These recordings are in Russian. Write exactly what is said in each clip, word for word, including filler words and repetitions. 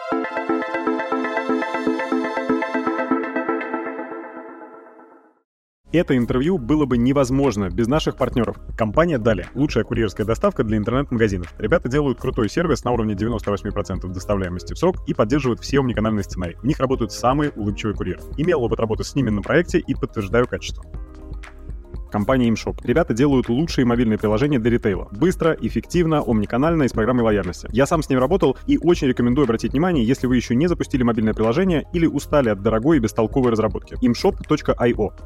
Это интервью было бы невозможно без наших партнеров. Компания Dali — лучшая курьерская доставка для интернет-магазинов. Ребята делают крутой сервис на уровне девяносто восемь процентов доставляемости в срок и поддерживают все омниканальные сценарии. В них работают самые улыбчивые курьеры. Имел опыт работы с ними на проекте и подтверждаю качество. Компания ImShop. Ребята делают лучшие мобильные приложения для ритейла. Быстро, эффективно, омниканально и с программой лояльности. Я сам с ним работал и очень рекомендую обратить внимание, если вы еще не запустили мобильное приложение или устали от дорогой и бестолковой разработки. imshop точка ай о.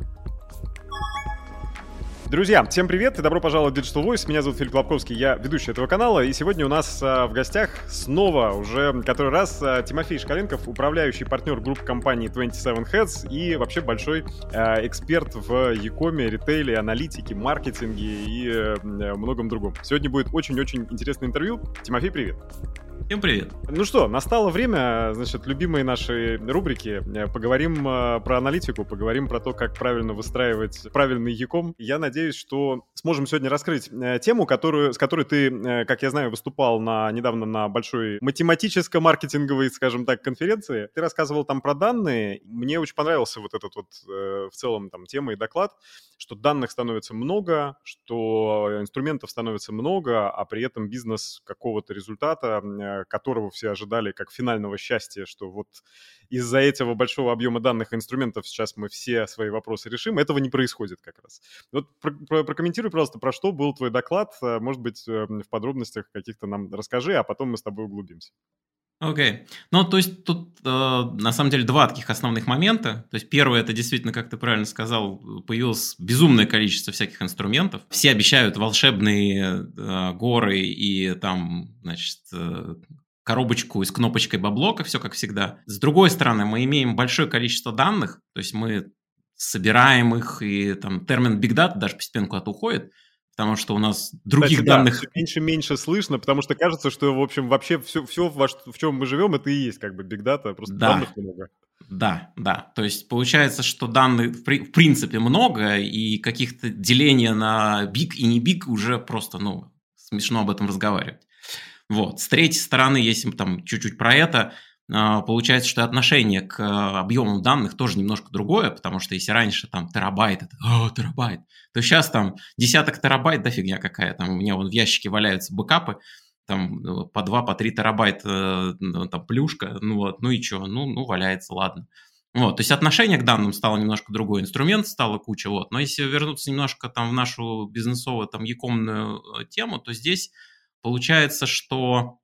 Друзья, всем привет и добро пожаловать в Digital Voice. Меня зовут Филипп Лобковский, я ведущий этого канала. И сегодня у нас а, в гостях снова, уже который раз, а, Тимофей Шкаленков, управляющий партнер группы компании двадцать семь Heads и вообще большой а, эксперт в e-коме, ритейле, аналитике, маркетинге и а, многом другом. Сегодня будет очень-очень интересное интервью. Тимофей, привет. Всем привет. Ну что, настало время, значит, любимой нашей рубрики. Поговорим э, про аналитику, поговорим про то, как правильно выстраивать правильный e-ком. Я надеюсь, что сможем сегодня раскрыть э, тему, которую, с которой ты, э, как я знаю, выступал на, недавно на большой математическо-маркетинговой, скажем так, конференции. Ты рассказывал там про данные. Мне очень понравился вот этот вот э, в целом там тема и доклад, что данных становится много, что инструментов становится много, а при этом бизнес какого-то результата, которого все ожидали как финального счастья, что вот из-за этого большого объема данных и инструментов сейчас мы все свои вопросы решим, этого не происходит как раз. Вот про- про- прокомментируй, пожалуйста, про что был твой доклад, может быть, в подробностях каких-то нам расскажи, а потом мы с тобой углубимся. Окей. Okay. Ну, то есть тут э, на самом деле два таких основных момента. То есть первое, это действительно, как ты правильно сказал, появилось безумное количество всяких инструментов. Все обещают волшебные э, горы и там, значит, э, коробочку с кнопочкой баблока, все как всегда. С другой стороны, мы имеем большое количество данных, то есть мы собираем их, и там термин Big Data даже постепенно куда-то уходит. Потому что у нас других Кстати, данных... Да, все меньше и меньше слышно, потому что кажется, что, в общем, вообще все, все в, в чем мы живем, это и есть как бы big data, просто да. данных много. Да, да. То есть получается, что данных в, при, в принципе много, и каких-то деления на big и не big уже просто, ну, смешно об этом разговаривать. Вот. С третьей стороны, если там чуть-чуть про это, получается, что отношение к объемам данных тоже немножко другое, потому что если раньше там терабайт, это о, терабайт, то сейчас там десяток терабайт, да фигня какая, там у меня вон в ящике валяются бэкапы, там по два, по три терабайта там плюшка, ну вот, ну и что, ну, ну валяется, ладно. Вот, то есть отношение к данным стало немножко другой, инструмент стало куча, вот, но если вернуться немножко там в нашу бизнесовую там e-комную тему, то здесь получается, что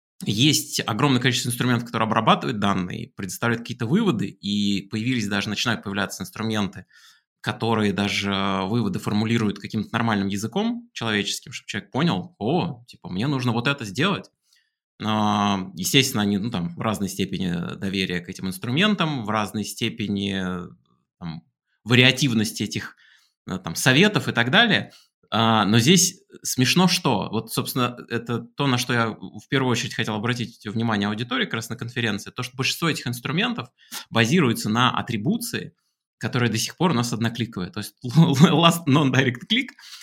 есть огромное количество инструментов, которые обрабатывают данные, предоставляют какие-то выводы, и появились даже, начинают появляться инструменты, которые даже выводы формулируют каким-то нормальным языком человеческим, чтобы человек понял, о, типа, мне нужно вот это сделать. Естественно, они, ну, там, в разной степени доверия к этим инструментам, в разной степени там, вариативности этих там, советов и так далее. Но здесь смешно что? Вот, собственно, это то, на что я в первую очередь хотел обратить внимание аудитории как раз на конференции, то, что большинство этих инструментов базируется на атрибуции, которые до сих пор у нас однокликовые. То есть last non-direct click,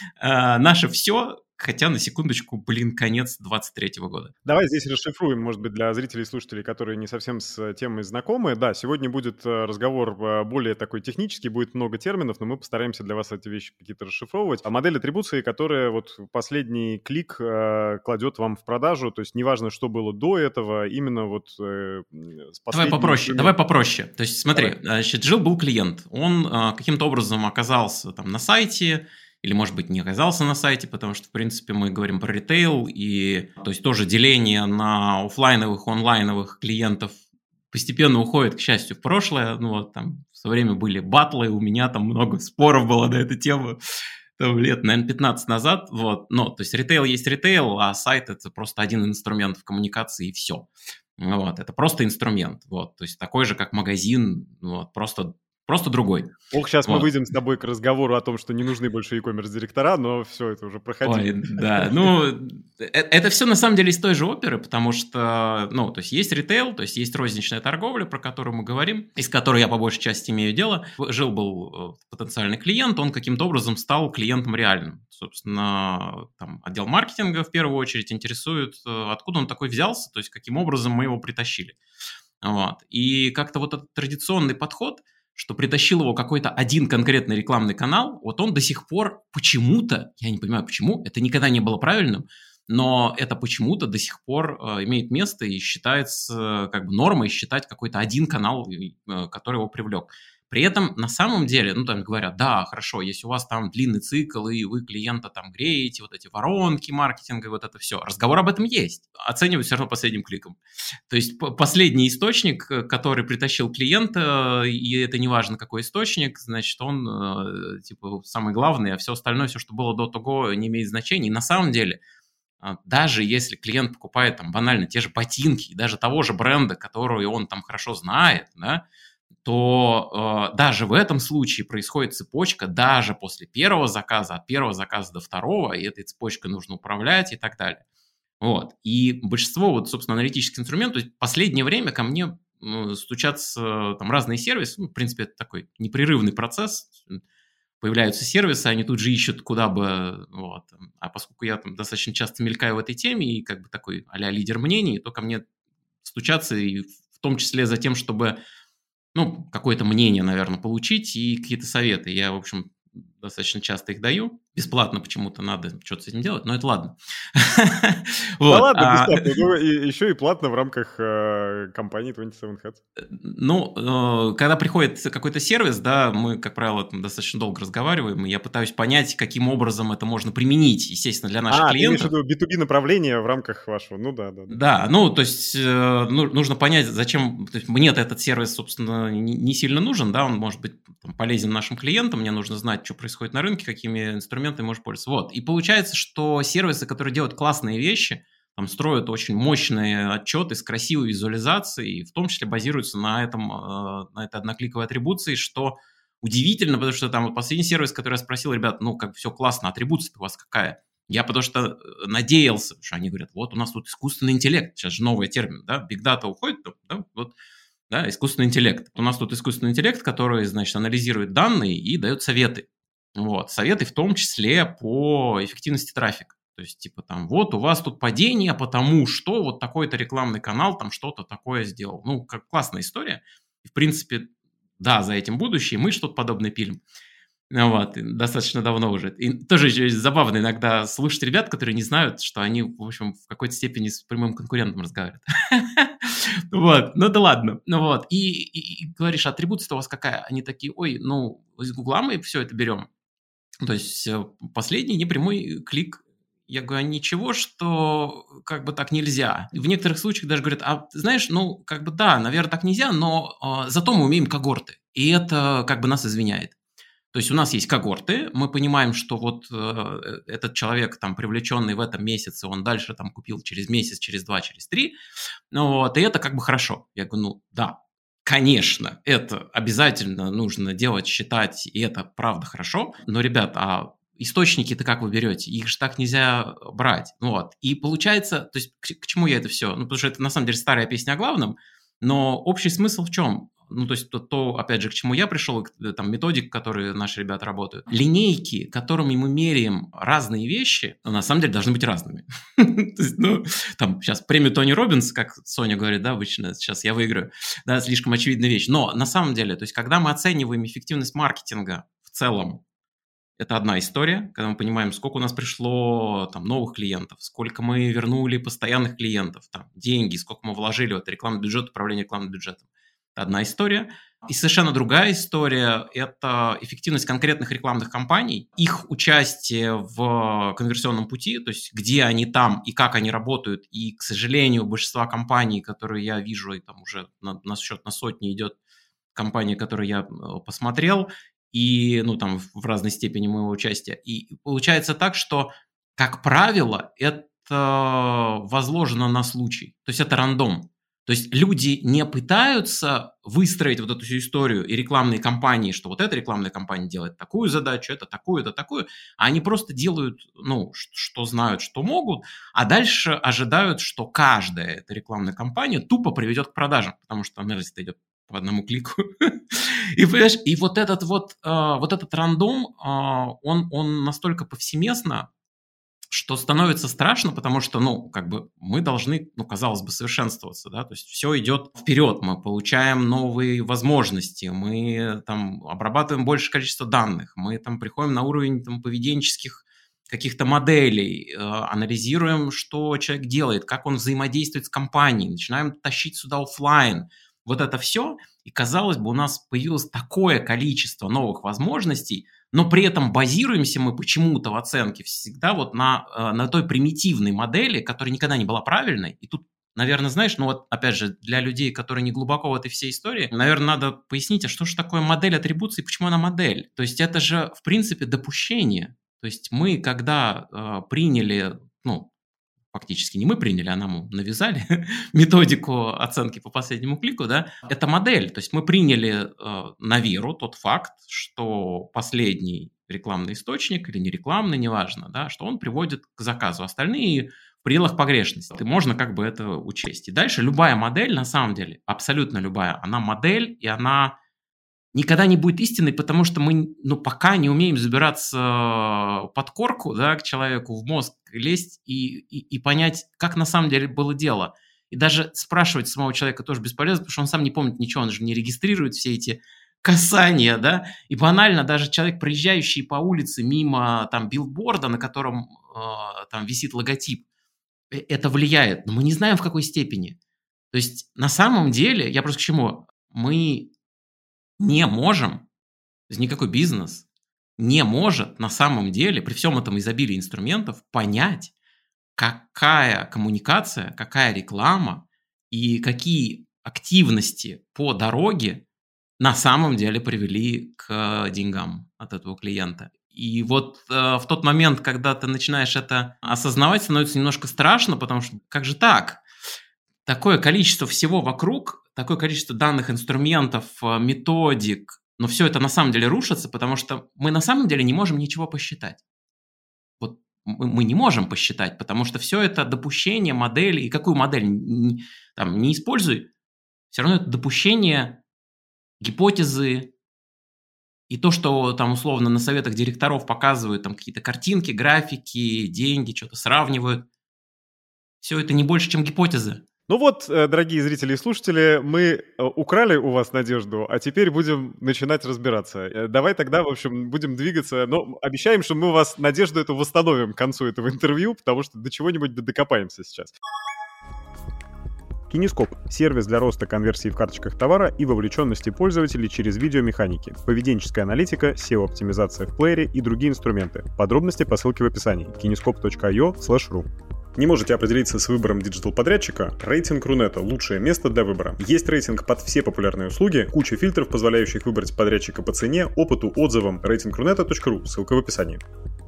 наше все, хотя, на секундочку, блин, конец двадцать третьего года. Давай здесь расшифруем, может быть, для зрителей и слушателей, которые не совсем с темой знакомы. Да, сегодня будет разговор более такой технический, будет много терминов, но мы постараемся для вас эти вещи какие-то расшифровывать. А модель атрибуции, которая вот последний клик э, кладет вам в продажу, то есть неважно, что было до этого, именно вот э, с Давай попроще, момент... давай попроще. То есть смотри, давай. Значит, жил-был клиент, он э, каким-то образом оказался там на сайте, или, может быть, не оказался на сайте, потому что, в принципе, мы говорим про ритейл, и то есть тоже деление на офлайновых, онлайновых клиентов постепенно уходит, к счастью, в прошлое. Ну вот там в свое время были батлы, у меня там много споров было на эту тему, там, лет, наверное, пятнадцать назад. Вот. Но, то есть ритейл есть ритейл, а сайт – это просто один инструмент в коммуникации, и все. Вот. Это просто инструмент. Вот. То есть такой же, как магазин, вот. Просто просто другой. Ох, сейчас Вот. мы выйдем с тобой к разговору о том, что не нужны больше e-commerce директора, но все, это уже проходили. Ой, да, ну, это все на самом деле из той же оперы, потому что, ну, то есть есть ритейл, то есть есть розничная торговля, про которую мы говорим, из которой я по большей части имею дело. Жил-был потенциальный клиент, он каким-то образом стал клиентом реальным. Собственно, там отдел маркетинга в первую очередь интересует, откуда он такой взялся, то есть каким образом мы его притащили. Вот. И как-то вот этот традиционный подход, что притащил его какой-то один конкретный рекламный канал, вот он до сих пор почему-то, я не понимаю почему, это никогда не было правильным, но это почему-то до сих пор э, имеет место и считается как бы нормой считать какой-то один канал, э, который его привлек. При этом на самом деле, ну там говорят, да, хорошо, если у вас там длинный цикл, и вы клиента там греете, вот эти воронки маркетинга, вот это все, разговор об этом есть, оценивают все равно последним кликом. То есть последний источник, который притащил клиента, и это не важно какой источник, значит, он типа самый главный, а все остальное, все, что было до того, не имеет значения. И на самом деле, даже если клиент покупает там банально те же ботинки, даже того же бренда, который он там хорошо знает, да, то э, даже в этом случае происходит цепочка даже после первого заказа, от первого заказа до второго, и этой цепочкой нужно управлять и так далее. Вот. И большинство, вот, собственно, аналитических инструментов, то есть в последнее время ко мне э, стучатся там разные сервисы, ну, в принципе, это такой непрерывный процесс, появляются сервисы, они тут же ищут, куда бы, вот. А поскольку я там достаточно часто мелькаю в этой теме и как бы такой а-ля лидер мнений, то ко мне стучатся и в том числе за тем, чтобы ну, какое-то мнение, наверное, получить и какие-то советы. Я, в общем, достаточно часто их даю. Бесплатно почему-то надо что-то с этим делать, но это ладно. Да ладно, бесплатно. Еще и платно в рамках компании двадцать семь Heads. Ну, когда приходит какой-то сервис, да, мы, как правило, достаточно долго разговариваем, и я пытаюсь понять, каким образом это можно применить, естественно, для наших клиентов. А, ты имеешь в виду би ту би направление в рамках вашего, ну да, да. Да, ну, то есть нужно понять, зачем, то есть мне-то этот сервис, собственно, не сильно нужен, да, он может быть полезен нашим клиентам, мне нужно знать, что происходит на рынке, какими инструментами можно пользоваться. Вот, и получается, что сервисы, которые делают классные вещи, там строят очень мощные отчеты с красивой визуализацией, в том числе базируются на этом, на этой однокликовой атрибуции, что удивительно, потому что там вот последний сервис, который я спросил, ребят, ну как все классно, атрибуция-то у вас какая? Я потому что надеялся, что они говорят, вот у нас тут искусственный интеллект, сейчас же новый термин, да, big data уходит, да, вот, да, искусственный интеллект. У нас тут искусственный интеллект, который, значит, анализирует данные и дает советы. Вот, советы в том числе по эффективности трафика. То есть, типа там, вот у вас тут падение, потому что вот такой-то рекламный канал там что-то такое сделал. Ну, как классная история. И, в принципе, да, за этим будущее. Мы что-то подобное пилим. Вот, достаточно давно уже. И тоже забавно иногда слушать ребят, которые не знают, что они, в общем, в какой-то степени с прямым конкурентом разговаривают. Вот, ну да ладно. Ну вот, и говоришь, атрибуция-то у вас какая? Они такие, ой, ну, из Гугла мы все это берем. То есть последний непрямой клик. Я говорю, а ничего, что как бы так нельзя. В некоторых случаях даже говорят, а знаешь, ну как бы да, наверное, так нельзя, но э, зато мы умеем когорты. И это как бы нас извиняет. То есть у нас есть когорты, мы понимаем, что вот э, этот человек там привлеченный в этом месяце, он дальше там купил через месяц, через два, через три. Ну вот, и это как бы хорошо. Я говорю, ну да, конечно, это обязательно нужно делать, считать, и это правда хорошо. Но, ребят, а источники-то как вы берете? Их же так нельзя брать. Ну вот. И получается, то есть к, к чему я это все? Ну, потому что это на самом деле старая песня о главном, но общий смысл в чем? Ну, то есть то, то, опять же, к чему я пришел, там, методик, которые наши ребята работают. Линейки, которыми мы меряем разные вещи, на самом деле должны быть разными. То есть, ну, там, сейчас премию Тони Роббинс, как Соня говорит, да, обычно, сейчас я выиграю, да, слишком очевидная вещь. Но на самом деле, то есть, когда мы оцениваем эффективность маркетинга в целом, это одна история, когда мы понимаем, сколько у нас пришло там, новых клиентов, сколько мы вернули постоянных клиентов, там, деньги, сколько мы вложили в это рекламный бюджет, управление рекламным бюджетом. Это одна история. И совершенно другая история – это эффективность конкретных рекламных кампаний, их участие в конверсионном пути, то есть где они там и как они работают. И, к сожалению, большинство компаний, которые я вижу, и там уже на, на счет на сотни идет компания, которую я посмотрел, и, ну, там, в разной степени моего участия. И получается так, что, как правило, это возложено на случай. То есть это рандом. То есть люди не пытаются выстроить вот эту всю историю и рекламные кампании, что вот эта рекламная кампания делает такую задачу, это такую, это такую, а они просто делают, ну, что знают, что могут, а дальше ожидают, что каждая эта рекламная кампания тупо приведет к продажам, потому что анализ идет по одному клику. И, понимаешь, и вот этот вот, вот этот рандом, он, он настолько повсеместно, что становится страшно, потому что, ну, как бы мы должны, ну, казалось бы, совершенствоваться, да, то есть все идет вперед, мы получаем новые возможности, мы там обрабатываем большее количество данных, мы там приходим на уровень там поведенческих каких-то моделей, э, анализируем, что человек делает, как он взаимодействует с компанией, начинаем тащить сюда офлайн, вот это все, и, казалось бы, у нас появилось такое количество новых возможностей, но при этом базируемся мы почему-то в оценке всегда вот на, на той примитивной модели, которая никогда не была правильной. И тут, наверное, знаешь, ну вот опять же, для людей, которые не глубоко в этой всей истории, наверное, надо пояснить, а что же такое модель атрибуции, почему она модель? То есть это же, в принципе, допущение. То есть мы, когда э, приняли, ну, фактически не мы приняли, а нам навязали методику оценки по последнему клику, да, это модель. То есть мы приняли э, на веру тот факт, что последний рекламный источник или не рекламный, неважно, да, что он приводит к заказу. Остальные в пределах погрешности. И можно как бы это учесть. И дальше любая модель, на самом деле, абсолютно любая, она модель, и она никогда не будет истинной, потому что мы, ну, пока не умеем забираться под корку, да, к человеку, в мозг лезть и, и, и понять, как на самом деле было дело. И даже спрашивать самого человека тоже бесполезно, потому что он сам не помнит ничего, он же не регистрирует все эти касания, да, и банально даже человек, проезжающий по улице мимо там билборда, на котором э, там висит логотип, это влияет, но мы не знаем, в какой степени. То есть на самом деле, я просто к чему, мы не можем, то есть никакой бизнес не может на самом деле при всем этом изобилии инструментов понять, какая коммуникация, какая реклама и какие активности по дороге на самом деле привели к деньгам от этого клиента. И вот э, в тот момент, когда ты начинаешь это осознавать, становится немножко страшно, потому что как же так? Такое количество всего вокруг, такое количество данных, инструментов, методик, но все это на самом деле рушится, потому что мы на самом деле не можем ничего посчитать. Вот мы не можем посчитать, потому что все это допущение, модели, и какую модель не, там, не используй, все равно это допущение, гипотезы, и то, что там условно на советах директоров показывают там какие-то картинки, графики, деньги, что-то сравнивают, все это не больше, чем гипотезы. Ну вот, дорогие зрители и слушатели, мы украли у вас надежду, а теперь будем начинать разбираться. Давай тогда, в общем, будем двигаться, но обещаем, что мы у вас надежду эту восстановим к концу этого интервью, потому что до чего-нибудь докопаемся сейчас. Кинескоп – сервис для роста конверсии в карточках товара и вовлеченности пользователей через видеомеханики, поведенческая аналитика, сео-оптимизация в плеере и другие инструменты. Подробности по ссылке в описании кинескоп точка ай о слэш ру. Не можете определиться с выбором диджитал-подрядчика? Рейтинг Рунета – лучшее место для выбора. Есть рейтинг под все популярные услуги, куча фильтров, позволяющих выбрать подрядчика по цене, опыту, отзывам. рейтинг рунета точка ру, ссылка в описании.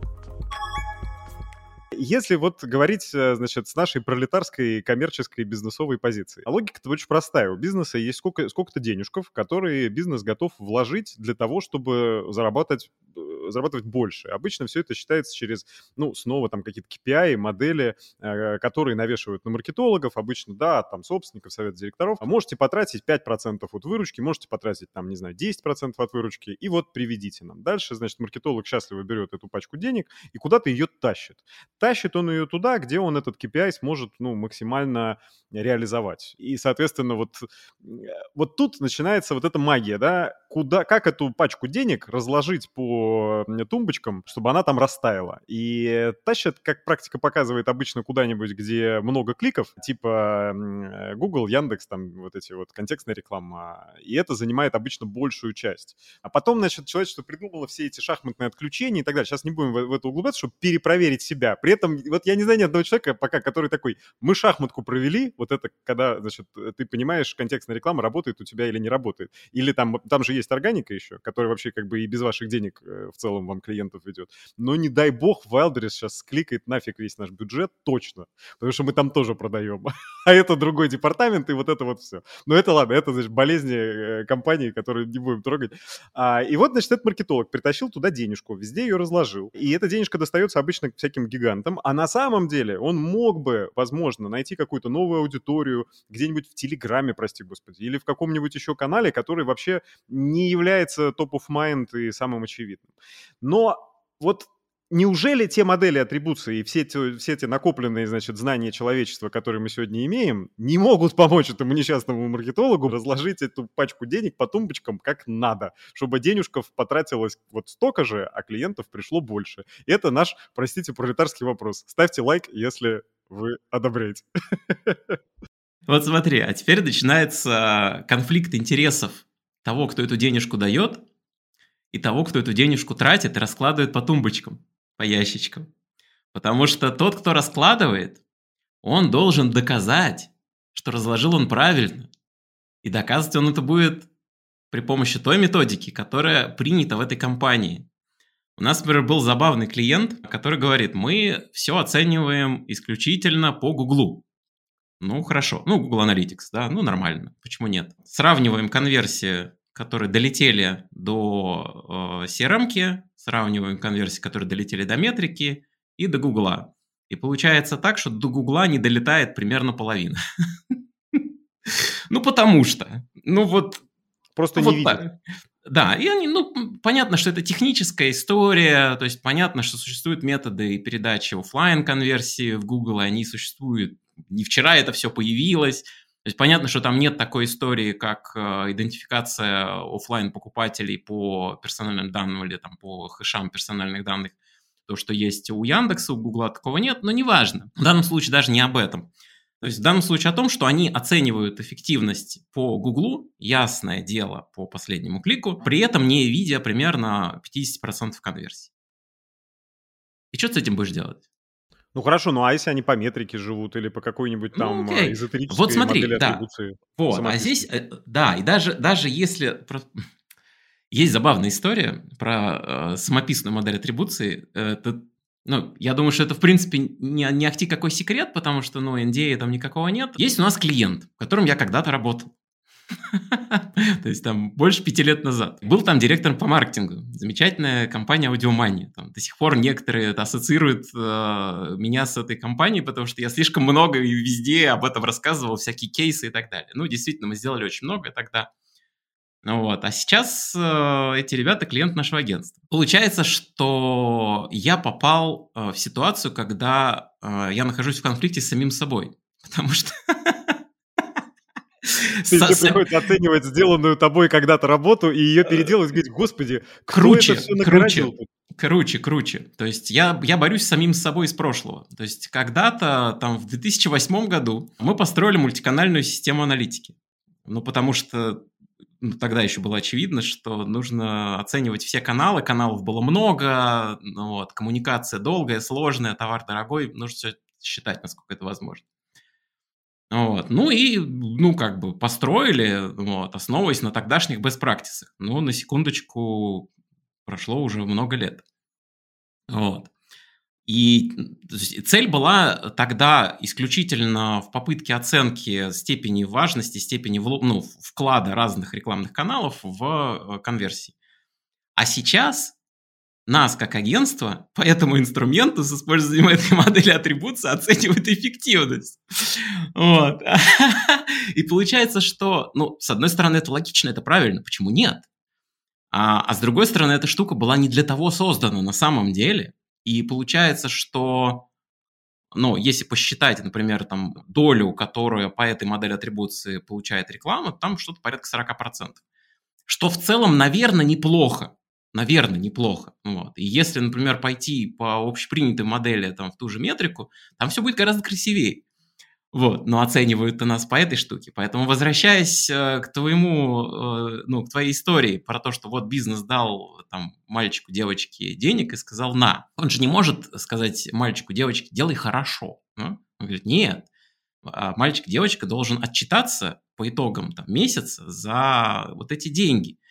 Если вот говорить, значит, с нашей пролетарской коммерческой бизнесовой позиции, логика-то очень простая. У бизнеса есть сколько, сколько-то денежков, которые бизнес готов вложить для того, чтобы заработать, зарабатывать больше. Обычно все это считается через, ну, снова там какие-то кей пи ай, модели, э, которые навешивают на маркетологов, обычно, да, там, собственников, совет директоров. А можете потратить пять процентов от выручки, можете потратить, там, не знаю, десять процентов от выручки, и вот приведите нам. Дальше, значит, маркетолог счастливо берет эту пачку денег и куда-то ее тащит. Тащит он ее туда, где он этот кей пи ай сможет, ну, максимально реализовать. И, соответственно, вот, вот тут начинается вот эта магия, да, куда, как эту пачку денег разложить по тумбочкам, чтобы она там растаяла. И тащат, как практика показывает, обычно куда-нибудь, где много кликов, типа Google, Яндекс, там вот эти вот контекстная реклама, и это занимает обычно большую часть. А потом, значит, человечество придумало все эти шахматные отключения и так далее. Сейчас не будем в, в это углубляться, чтобы перепроверить себя. При этом, вот я не знаю ни одного человека пока, который такой, мы шахматку провели, вот это когда, значит, ты понимаешь, контекстная реклама работает у тебя или не работает. Или там, там же есть органика еще, которая вообще как бы и без ваших денег э, в целом вам клиентов ведет. Но не дай бог Wildberries сейчас скликает нафиг весь наш бюджет точно, потому что мы там тоже продаем. А это другой департамент, и вот это вот все. Но это ладно, это, значит, болезни э, компании, которые не будем трогать. А, и вот, значит, этот маркетолог притащил туда денежку, везде ее разложил. И эта денежка достается обычно всяким гигантам. А на самом деле он мог бы, возможно, найти какую-то новую аудиторию где-нибудь в Телеграме, прости господи, или в каком-нибудь еще канале, который вообще не является top of mind и самым очевидным. Но вот неужели те модели атрибуции и все те, все те накопленные, значит, знания человечества, которые мы сегодня имеем, не могут помочь этому несчастному маркетологу разложить эту пачку денег по тумбочкам как надо, чтобы денежков потратилось вот столько же, а клиентов пришло больше? И это наш, простите, пролетарский вопрос. Ставьте лайк, если вы одобряете. Вот смотри, а теперь начинается конфликт интересов того, кто эту денежку дает, и того, кто эту денежку тратит и раскладывает по тумбочкам, по ящичкам. Потому что тот, кто раскладывает, он должен доказать, что разложил он правильно. И доказывать он это будет при помощи той методики, которая принята в этой компании. У нас, например, был забавный клиент, который говорит, мы все оцениваем исключительно по Гуглу. Ну, хорошо. Ну, Google Analytics, да, ну, нормально. Почему нет? Сравниваем конверсии, которые долетели до э, си эр эм-ки, сравниваем конверсии, которые долетели до метрики и до Гугла. И получается так, что до Гугла не долетает примерно половина. Ну, потому что. Ну, вот. Просто не видят. Да, и они, ну, понятно, что это техническая история, то есть понятно, что существуют методы передачи офлайн конверсии в Google, и они существуют. Не вчера это все появилось. То есть понятно, что там нет такой истории, как э, идентификация офлайн покупателей по персональным данным или там, по хэшам персональных данных. То, что есть у Яндекса, у Гугла, такого нет, но неважно. В данном случае даже не об этом. То есть в данном случае о том, что они оценивают эффективность по Гуглу, ясное дело, по последнему клику, при этом не видя примерно пятьдесят процентов конверсий. И что ты с этим будешь делать? Ну хорошо, ну а если они по метрике живут или по какой-нибудь там ну, эзотерической вот смотри, модели да. атрибуции? Вот, а здесь, да, и даже, даже если... Есть забавная история про э, самописную модель атрибуции. Это, ну, я думаю, что это, в принципе, не, не ахти какой секрет, потому что, ну, эн ди эй там никакого нет. Есть у нас клиент, в котором я когда-то работал. То есть там больше пяти лет назад. Был там директором по маркетингу. Замечательная компания Аудиомания. Там до сих пор некоторые ассоциируют э, меня с этой компанией, потому что я слишком много и везде об этом рассказывал, всякие кейсы и так далее. Ну, действительно, мы сделали очень много тогда. Ну вот. А сейчас э, эти ребята клиент нашего агентства. Получается, что я попал э, в ситуацию, когда э, я нахожусь в конфликте с самим собой. Потому что... Тебе приходится оценивать сделанную тобой когда-то работу и ее переделать, и говорить, господи, круче, это все круче, круче, круче. То есть я, я борюсь с самим собой из прошлого. То есть когда-то, там, в две тысячи восьмом году мы построили мультиканальную систему аналитики. Ну, потому что ну, тогда еще было очевидно, что нужно оценивать все каналы. Каналов было много, ну, вот, коммуникация долгая, сложная, товар дорогой. Нужно все считать, насколько это возможно. Вот. Ну и, ну, как бы построили, вот, основываясь на тогдашних best practices. Ну, на секундочку, прошло уже много лет. Вот. И цель была тогда исключительно в попытке оценки степени важности, степени ну, вклада разных рекламных каналов в конверсии. А сейчас нас, как агентство, по этому инструменту с использованием этой модели атрибуции оценивает эффективность. Вот. И получается, что, ну, с одной стороны, это логично, это правильно, почему нет? А, а с другой стороны, эта штука была не для того создана на самом деле. И получается, что, ну, если посчитать, например, там, долю, которую по этой модели атрибуции получает реклама, там что-то порядка сорок процентов. Что в целом, наверное, неплохо. Наверное, неплохо. Вот. И если, например, пойти по общепринятой модели там, в ту же метрику, там все будет гораздо красивее. Вот. Но оценивают-то нас по этой штуке. Поэтому, возвращаясь э, к твоему, э, ну, к твоей истории про то, что вот бизнес дал там, мальчику, девочке денег и сказал «на». Он же не может сказать мальчику, девочке «делай хорошо». Ну? Он говорит «нет». А мальчик, девочка должен отчитаться по итогам там, месяца за вот эти деньги.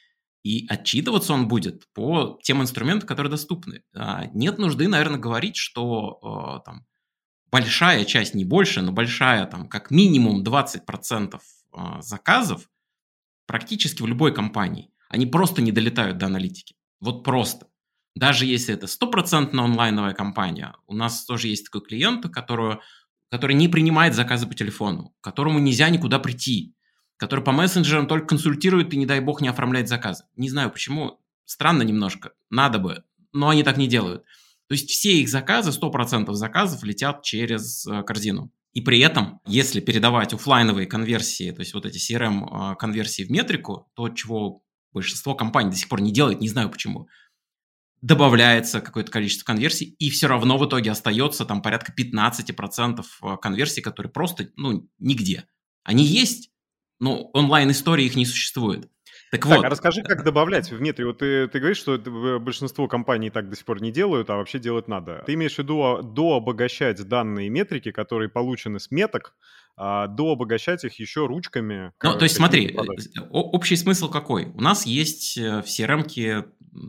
И отчитываться он будет по тем инструментам, которые доступны. Нет нужды, наверное, говорить, что там, большая часть, не больше, но большая, там, как минимум двадцать процентов заказов практически в любой компании, они просто не долетают до аналитики. Вот просто. Даже если это стопроцентно онлайновая компания, у нас тоже есть такой клиент, который, который не принимает заказы по телефону, к которому нельзя никуда прийти, который по мессенджерам только консультирует и, не дай бог, не оформляет заказы. Не знаю почему, странно немножко, надо бы, но они так не делают. То есть все их заказы, сто процентов заказов летят через корзину. И при этом, если передавать офлайновые конверсии, то есть вот эти си эр эм-конверсии в метрику, то, чего большинство компаний до сих пор не делает, не знаю почему, добавляется какое-то количество конверсий, и все равно в итоге остается там порядка пятнадцать процентов конверсий, которые просто, ну, нигде. Они есть, но онлайн-истории их не существует. Так, так вот. А расскажи, как добавлять в метрику. Вот ты, ты говоришь, что это большинство компаний так до сих пор не делают, а вообще делать надо. Ты имеешь в виду дообогащать данные метрики, которые получены с меток, а, дообогащать их еще ручками? Ну, то есть смотри, общий смысл какой? У нас есть в си эр эм-ке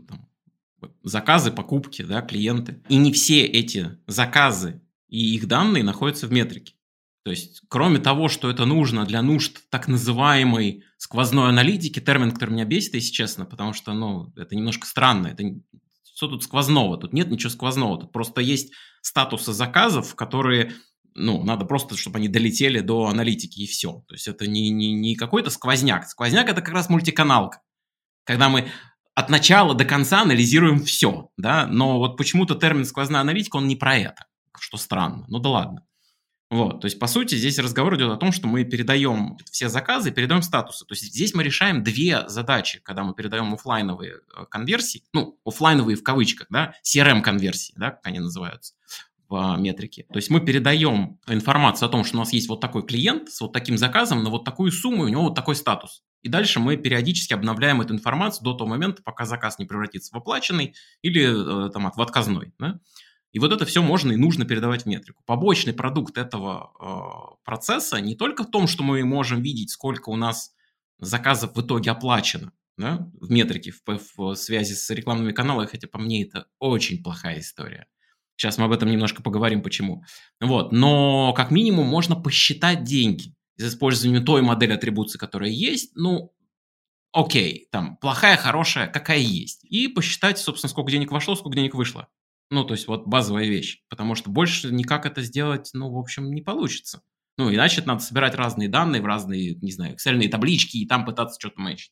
заказы, покупки, да, клиенты. И не все эти заказы и их данные находятся в метрике. То есть, кроме того, что это нужно для нужд так называемой сквозной аналитики, термин, который меня бесит, если честно, потому что, ну, это немножко странно. Это, что тут сквозного? Тут нет ничего сквозного. Тут просто есть статусы заказов, которые, ну, надо просто, чтобы они долетели до аналитики, и все. То есть, это не, не, не какой-то сквозняк. Сквозняк – это как раз мультиканалка. Когда мы от начала до конца анализируем все, да, но вот почему-то термин сквозная аналитика, он не про это, что странно. Ну да ладно. Вот, то есть, по сути, здесь разговор идет о том, что мы передаем все заказы, передаем статусы. То есть, здесь мы решаем две задачи, когда мы передаем офлайновые конверсии, ну, офлайновые в кавычках, да, си эр эм-конверсии, да, как они называются в метрике. То есть, мы передаем информацию о том, что у нас есть вот такой клиент с вот таким заказом на вот такую сумму, и у него вот такой статус. И дальше мы периодически обновляем эту информацию до того момента, пока заказ не превратится в оплаченный или там, в отказной, да. И вот это все можно и нужно передавать в метрику. Побочный продукт этого э, процесса не только в том, что мы можем видеть, сколько у нас заказов в итоге оплачено, да, в метрике, в, в связи с рекламными каналами, хотя по мне это очень плохая история. Сейчас мы об этом немножко поговорим, почему. Вот. Но как минимум можно посчитать деньги из использования той модели атрибуции, которая есть, ну, окей, там, плохая, хорошая, какая есть. И посчитать, собственно, сколько денег вошло, сколько денег вышло. Ну, то есть вот базовая вещь, потому что больше никак это сделать, ну, в общем, не получится. Ну, иначе надо собирать разные данные в разные, не знаю, эксельные таблички и там пытаться что-то мэчить.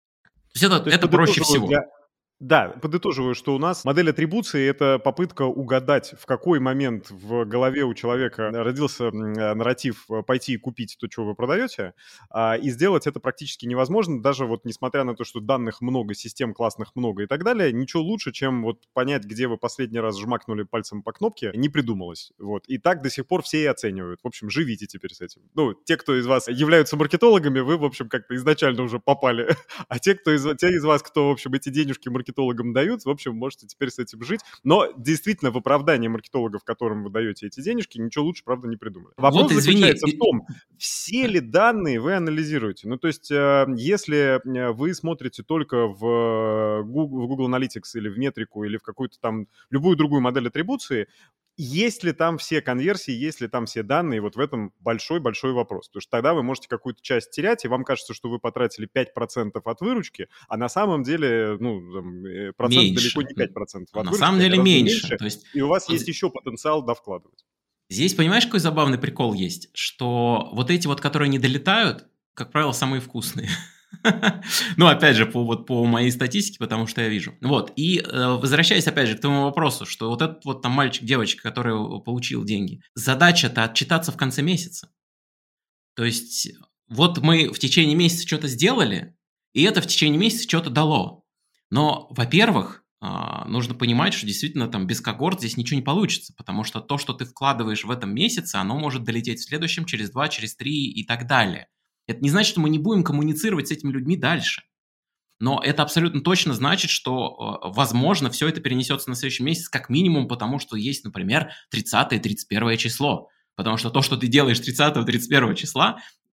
То есть это, то есть это проще всего. Для... Да, подытоживаю, что у нас модель атрибуции – это попытка угадать, в какой момент в голове у человека родился нарратив пойти и купить то, что вы продаете, и сделать это практически невозможно, даже вот несмотря на то, что данных много, систем классных много и так далее, ничего лучше, чем вот понять, где вы последний раз жмакнули пальцем по кнопке, не придумалось. Вот. И так до сих пор все и оценивают. В общем, живите теперь с этим. Ну, те, кто из вас являются маркетологами, вы, в общем, как-то изначально уже попали. А те, кто из, те из вас, кто, в общем, эти денежки маркетологам дают, в общем, можете теперь с этим жить. Но действительно, в оправдании маркетологов, которым вы даете эти денежки, ничего лучше, правда, не придумали. Вопрос вот, заключается в том, все ли данные вы анализируете. Ну, то есть, если вы смотрите только в Google, в Google Analytics или в метрику, или в какую-то там любую другую модель атрибуции, есть ли там все конверсии, есть ли там все данные, вот в этом большой-большой вопрос. Потому что тогда вы можете какую-то часть терять, и вам кажется, что вы потратили пять процентов от выручки, а на самом деле, ну, там, процент меньше. Далеко не пять процентов от на выручки. На самом деле меньше. меньше. То есть, и у вас вот есть еще потенциал довкладывать. Здесь, понимаешь, какой забавный прикол есть? Что вот эти вот, которые не долетают, как правило, самые вкусные. Ну, опять же, по, вот, по моей статистике, потому что я вижу. Вот, и э, возвращаясь, опять же, к твоему вопросу, что вот этот вот там мальчик-девочка, который получил деньги, задача-то отчитаться в конце месяца. То есть, вот мы в течение месяца что-то сделали, и это в течение месяца что-то дало. Но, во-первых, э, нужно понимать, что действительно там без когорт здесь ничего не получится, потому что то, что ты вкладываешь в этом месяце, оно может долететь в следующем, через два, через три и так далее. Это не значит, что мы не будем коммуницировать с этими людьми дальше. Но это абсолютно точно значит, что, возможно, все это перенесется на следующий месяц, как минимум, потому что есть, например, тридцатое-тридцать первое число. Потому что то, что ты делаешь тридцатого-тридцать первого числа,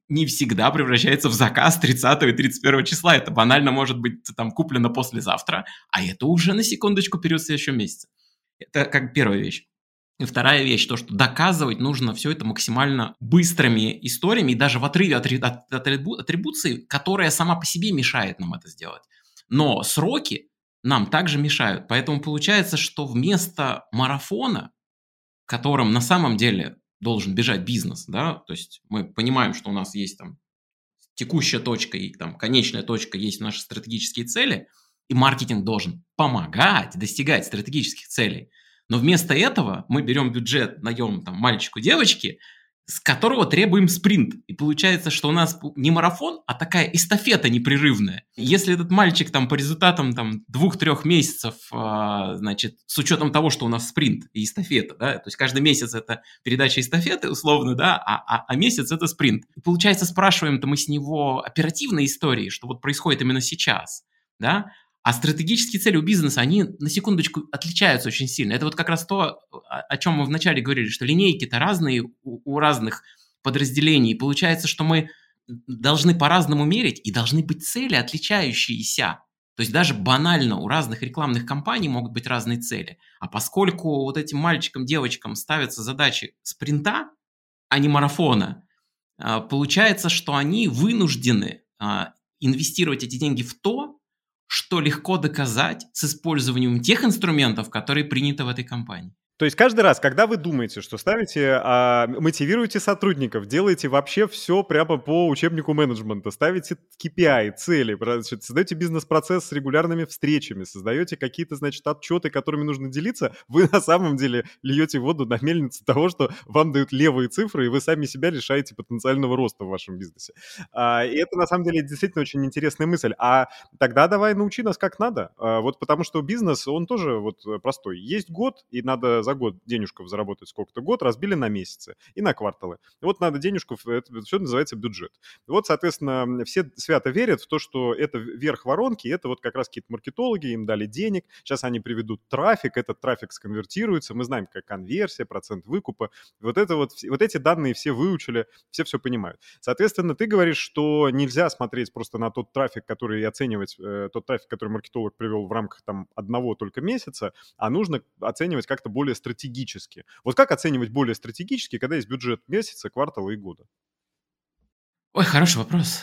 не всегда превращается в заказ тридцатого и тридцать первого числа. Это банально может быть там куплено послезавтра, а это уже на секундочку период следующего месяца. Это как первая вещь. И вторая вещь, то, что доказывать нужно все это максимально быстрыми историями и даже в отрыве от, от, от атрибуции, которая сама по себе мешает нам это сделать. Но сроки нам также мешают. Поэтому получается, что вместо марафона, которым на самом деле должен бежать бизнес, да, то есть мы понимаем, что у нас есть там текущая точка и там конечная точка, есть наши стратегические цели, и маркетинг должен помогать достигать стратегических целей. Но вместо этого мы берем бюджет, даем там мальчику-девочке, с которого требуем спринт. И получается, что у нас не марафон, а такая эстафета непрерывная. Если этот мальчик там по результатам там двух-трех месяцев, а, значит, с учетом того, что у нас спринт и эстафета, да, то есть каждый месяц это передача эстафеты условно, да, а, а, а месяц это спринт. И получается, спрашиваем-то мы с него оперативные истории, что вот происходит именно сейчас, да. А стратегические цели у бизнеса, они на секундочку отличаются очень сильно. Это вот как раз то, о чем мы вначале говорили, что линейки-то разные у, у разных подразделений. И получается, что мы должны по-разному мерить, и должны быть цели, отличающиеся. То есть даже банально у разных рекламных кампаний могут быть разные цели. А поскольку вот этим мальчикам, девочкам ставятся задачи спринта, а не марафона, получается, что они вынуждены инвестировать эти деньги в то, что легко доказать с использованием тех инструментов, которые приняты в этой компании. То есть каждый раз, когда вы думаете, что ставите, а, мотивируете сотрудников, делаете вообще все прямо по учебнику менеджмента, ставите кей пи ай, цели, значит, создаете бизнес-процесс с регулярными встречами, создаете какие-то, значит, отчеты, которыми нужно делиться, вы на самом деле льете воду на мельницу того, что вам дают левые цифры, и вы сами себя лишаете потенциального роста в вашем бизнесе. А, и это, на самом деле, действительно очень интересная мысль. А тогда давай научи нас как надо. А, вот потому что бизнес, он тоже вот простой. Есть год, и надо за год денежку заработать сколько-то, год разбили на месяцы и на кварталы. И вот надо денежку, это все называется бюджет. И вот, соответственно, все свято верят в то, что это верх воронки, это вот как раз какие-то маркетологи, им дали денег, сейчас они приведут трафик, этот трафик сконвертируется, мы знаем, как конверсия, процент выкупа. Вот, это вот, вот эти данные все выучили, все все понимают. Соответственно, ты говоришь, что нельзя смотреть просто на тот трафик, который, и оценивать э, тот трафик, который маркетолог привел в рамках там одного только месяца, а нужно оценивать как-то более стратегически. Вот как оценивать более стратегически, когда есть бюджет месяца, квартала и года? Ой, хороший вопрос.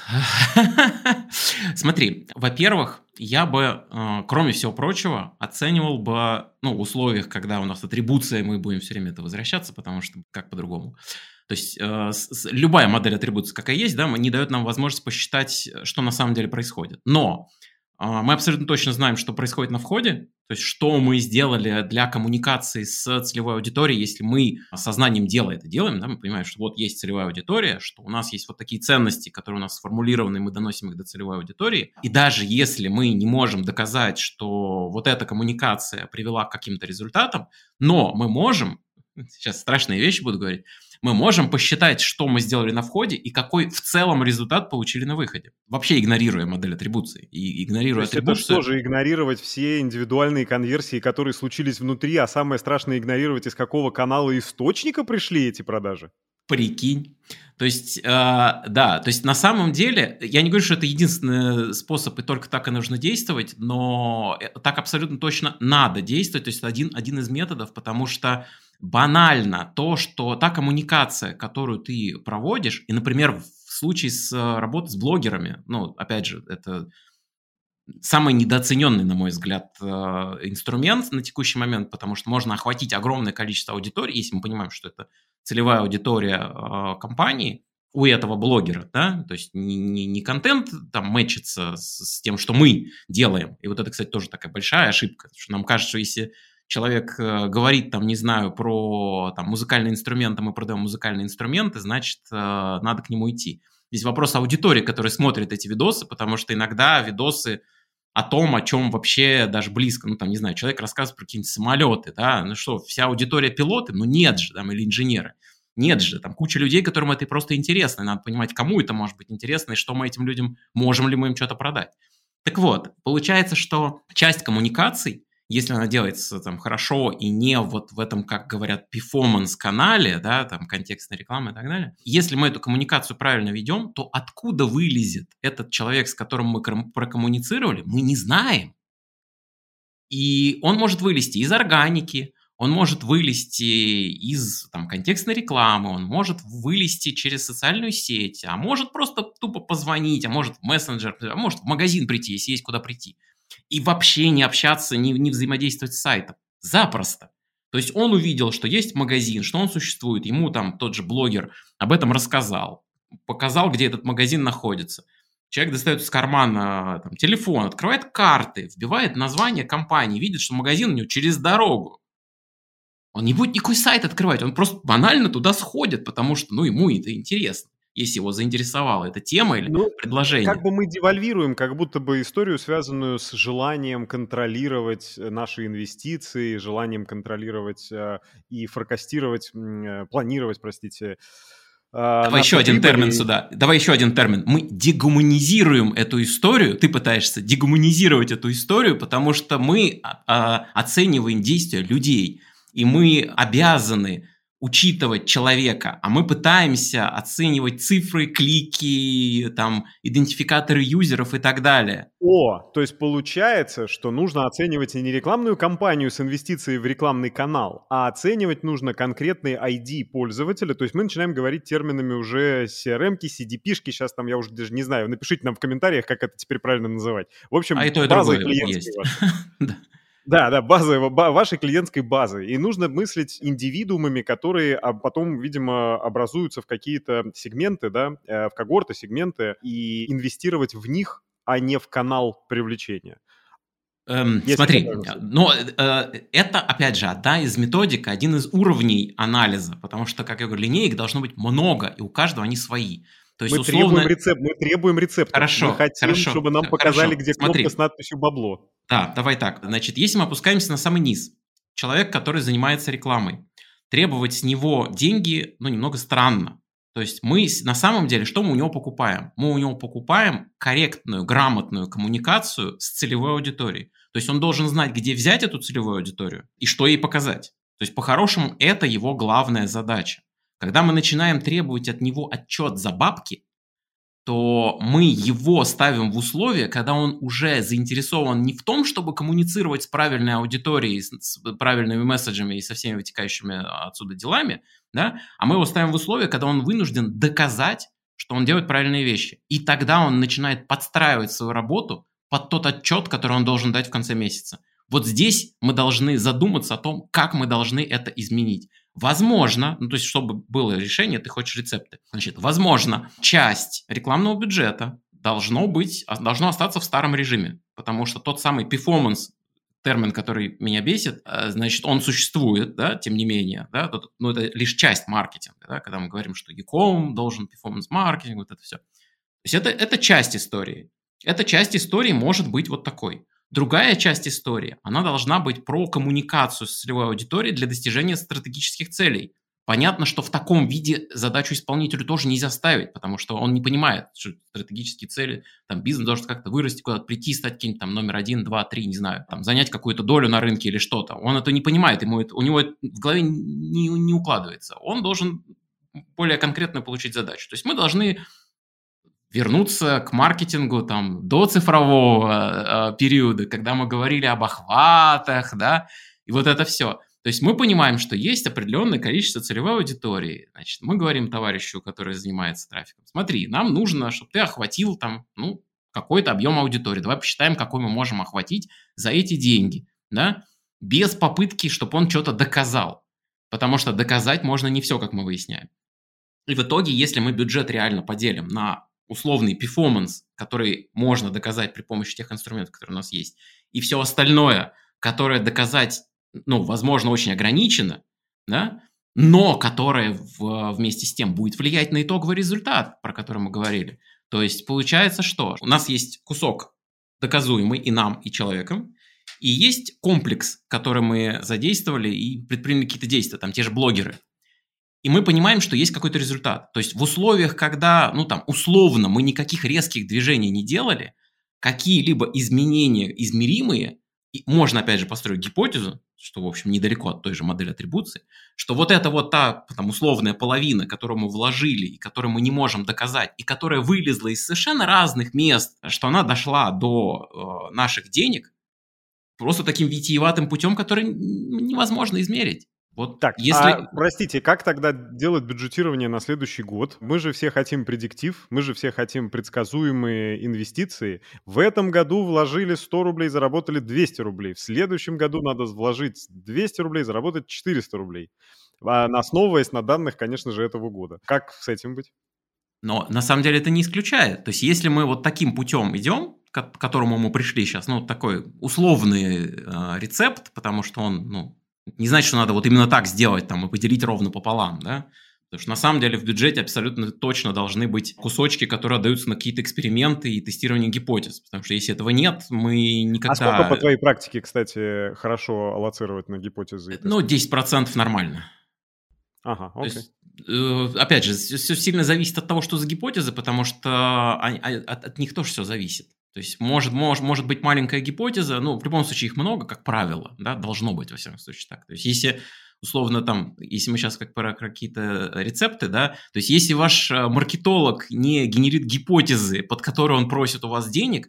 Смотри, во-первых, я бы, э, кроме всего прочего, оценивал бы, ну, в условиях, когда у нас атрибуция, мы будем все время это возвращаться, потому что как по-другому. То есть э, с, с, любая модель атрибуции, какая есть, да, не дает нам возможность посчитать, что на самом деле происходит. Но э, мы абсолютно точно знаем, что происходит на входе, то есть что мы сделали для коммуникации с целевой аудиторией, если мы сознанием дела это делаем, да, мы понимаем, что вот есть целевая аудитория, что у нас есть вот такие ценности, которые у нас сформулированы, и мы доносим их до целевой аудитории. И даже если мы не можем доказать, что вот эта коммуникация привела к каким-то результатам, но мы можем, сейчас страшные вещи буду говорить, мы можем посчитать, что мы сделали на входе и какой в целом результат получили на выходе. Вообще игнорируя модель атрибуции. И игнорируя То есть атрибуцию... это что же, игнорировать все индивидуальные конверсии, которые случились внутри, а самое страшное игнорировать, из какого канала источника пришли эти продажи? Прикинь. То есть, э, да, то есть на самом деле, я не говорю, что это единственный способ, и только так и нужно действовать, но так абсолютно точно надо действовать, то есть это один, один из методов, потому что банально то, что та коммуникация, которую ты проводишь, и, например, в случае с работой с блогерами, ну, опять же, это самый недооцененный, на мой взгляд, инструмент на текущий момент, потому что можно охватить огромное количество аудиторий, если мы понимаем, что это целевая аудитория компании у этого блогера, да, то есть не, не, не контент там мэчится с, с тем, что мы делаем, и вот это, кстати, тоже такая большая ошибка, что нам кажется, что если человек говорит, там, не знаю, про там, музыкальные инструменты, мы продаем музыкальные инструменты, значит, надо к нему идти. Здесь вопрос аудитории, которая смотрит эти видосы, потому что иногда видосы о том, о чем вообще даже близко, ну, там, не знаю, человек рассказывает про какие-нибудь самолеты, да, ну что, вся аудитория пилоты? Ну, нет же, там, или инженеры. Нет же, там куча людей, которым это просто интересно, и надо понимать, кому это может быть интересно, и что мы этим людям, можем ли мы им что-то продать. Так вот, получается, что часть коммуникаций если она делается там хорошо и не вот в этом, как говорят, перформанс-канале, да, там контекстная реклама и так далее, если мы эту коммуникацию правильно ведем, то откуда вылезет этот человек, с которым мы прокоммуницировали, мы не знаем. И он может вылезти из органики, он может вылезти из там, контекстной рекламы, он может вылезти через социальную сеть, а может просто тупо позвонить, а может в мессенджер, а может в магазин прийти, если есть куда прийти. И вообще не общаться, не, не взаимодействовать с сайтом. Запросто. То есть он увидел, что есть магазин, что он существует, ему там тот же блогер об этом рассказал, показал, где этот магазин находится. Человек достает из кармана там, телефон, открывает карты, вбивает название компании, видит, что магазин у него через дорогу. Он не будет никакой сайт открывать, он просто банально туда сходит, потому что ну, ему это интересно, если его заинтересовала эта тема или ну, предложение. Как бы мы девальвируем как будто бы историю, связанную с желанием контролировать наши инвестиции, желанием контролировать э, и форкастировать, э, планировать, простите, Давай еще один прибыль. термин сюда. Давай еще один термин. Мы дегуманизируем эту историю. Ты пытаешься дегуманизировать эту историю, потому что мы а, оцениваем действия людей. И мы обязаны учитывать человека, а мы пытаемся оценивать цифры, клики, там, идентификаторы юзеров и так далее. О, то есть получается, что нужно оценивать не рекламную кампанию с инвестицией в рекламный канал, а оценивать нужно конкретный ай ди пользователя. То есть мы начинаем говорить терминами уже си ар эм-ки, си ди пи-шки. Сейчас там я уже даже не знаю. Напишите нам в комментариях, как это теперь правильно называть. В общем, а и то, и база другое есть. Да, да, база, вашей клиентской базы. И нужно мыслить индивидуумами, которые а потом, видимо, образуются в какие-то сегменты, да, в когорты, сегменты, и инвестировать в них, а не в канал привлечения. Эм, смотри, но э, это, опять же, одна из методик, один из уровней анализа, потому что, как я говорю, линеек должно быть много, и у каждого они свои. То есть, мы, условно... требуем рецепт, мы требуем рецепт. Хорошо, мы хотим, хорошо, чтобы нам показали, хорошо. где Смотри. кнопка с надписью «бабло». Да, давай так. Значит, если мы опускаемся на самый низ, человек, который занимается рекламой, требовать с него деньги, ну, немного странно. То есть мы на самом деле, что мы у него покупаем? Мы у него покупаем корректную, грамотную коммуникацию с целевой аудиторией. То есть он должен знать, где взять эту целевую аудиторию и что ей показать. То есть по-хорошему это его главная задача. Когда мы начинаем требовать от него отчет за бабки, то мы его ставим в условия, когда он уже заинтересован не в том, чтобы коммуницировать с правильной аудиторией, с правильными месседжами и со всеми вытекающими отсюда делами, да, а мы его ставим в условия, когда он вынужден доказать, что он делает правильные вещи. И тогда он начинает подстраивать свою работу под тот отчет, который он должен дать в конце месяца. Вот здесь мы должны задуматься о том, как мы должны это изменить. Возможно, ну то есть, чтобы было решение, ты хочешь рецепты. Значит, возможно, часть рекламного бюджета должно быть, должно остаться в старом режиме, потому что тот самый performance, термин, который меня бесит, значит, он существует, да, тем не менее, да, но это лишь часть маркетинга, да, когда мы говорим, что e-com должен performance-маркетинг, вот это все. То есть это, это часть истории. Эта часть истории может быть вот такой. Другая часть истории, она должна быть про коммуникацию с целевой аудиторией для достижения стратегических целей. Понятно, что в таком виде задачу исполнителю тоже нельзя ставить, потому что он не понимает, что стратегические цели, там бизнес должен как-то вырасти, куда-то прийти, стать каким-то там номер один, два, три, не знаю, там занять какую-то долю на рынке или что-то. Он это не понимает, ему это, у него это в голове не, не укладывается. Он должен более конкретно получить задачу. То есть мы должны вернуться к маркетингу там, до цифрового э, периода, когда мы говорили об охватах, да, и вот это все. То есть мы понимаем, что есть определенное количество целевой аудитории. Значит, мы говорим товарищу, который занимается трафиком, смотри, нам нужно, чтобы ты охватил там, ну, какой-то объем аудитории. Давай посчитаем, какой мы можем охватить за эти деньги, да, без попытки, чтобы он что-то доказал. Потому что доказать можно не все, как мы выясняем. И в итоге, если мы бюджет реально поделим на условный перформанс, который можно доказать при помощи тех инструментов, которые у нас есть, и все остальное, которое доказать, ну, возможно, очень ограничено, да, но которое в, вместе с тем будет влиять на итоговый результат, про который мы говорили. То есть получается, что у нас есть кусок доказуемый и нам, и человеком, и есть комплекс, который мы задействовали и предприняли какие-то действия, там те же блогеры. И мы понимаем, что есть какой-то результат. То есть в условиях, когда, ну там, условно мы никаких резких движений не делали, какие-либо изменения измеримые и можно, опять же, построить гипотезу, что, в общем, недалеко от той же модели атрибуции, что вот это вот та там, условная половина, которую мы вложили, и которую мы не можем доказать, и которая вылезла из совершенно разных мест, что она дошла до э, наших денег просто таким витиеватым путем, который невозможно измерить. Вот Так, если... а, простите, как тогда делать бюджетирование на следующий год? Мы же все хотим предиктив, мы же все хотим предсказуемые инвестиции. В этом году вложили сто рублей, заработали двести рублей. В следующем году надо вложить двести рублей, заработать четыреста рублей. А, основываясь на данных, конечно же, этого года. Как с этим быть? Но на самом деле это не исключает. То есть если мы вот таким путем идем, к которому мы пришли сейчас, ну, такой условный э, рецепт, потому что он, ну, не значит, что надо вот именно так сделать там и поделить ровно пополам, да? Потому что на самом деле в бюджете абсолютно точно должны быть кусочки, которые отдаются на какие-то эксперименты и тестирование гипотез. Потому что если этого нет, мы никогда... А сколько по твоей практике, кстати, хорошо аллоцировать на гипотезы? И ну, десять процентов нормально. Ага, окей. То есть, э, опять же, все сильно зависит от того, что за гипотезы, потому что от, от них тоже все зависит. То есть может, может, может быть маленькая гипотеза, ну, в любом случае их много, как правило, да, должно быть, во всяком случае, так. То есть если, условно, там, если мы сейчас как про какие-то рецепты, да, то есть если ваш маркетолог не генерит гипотезы, под которые он просит у вас денег,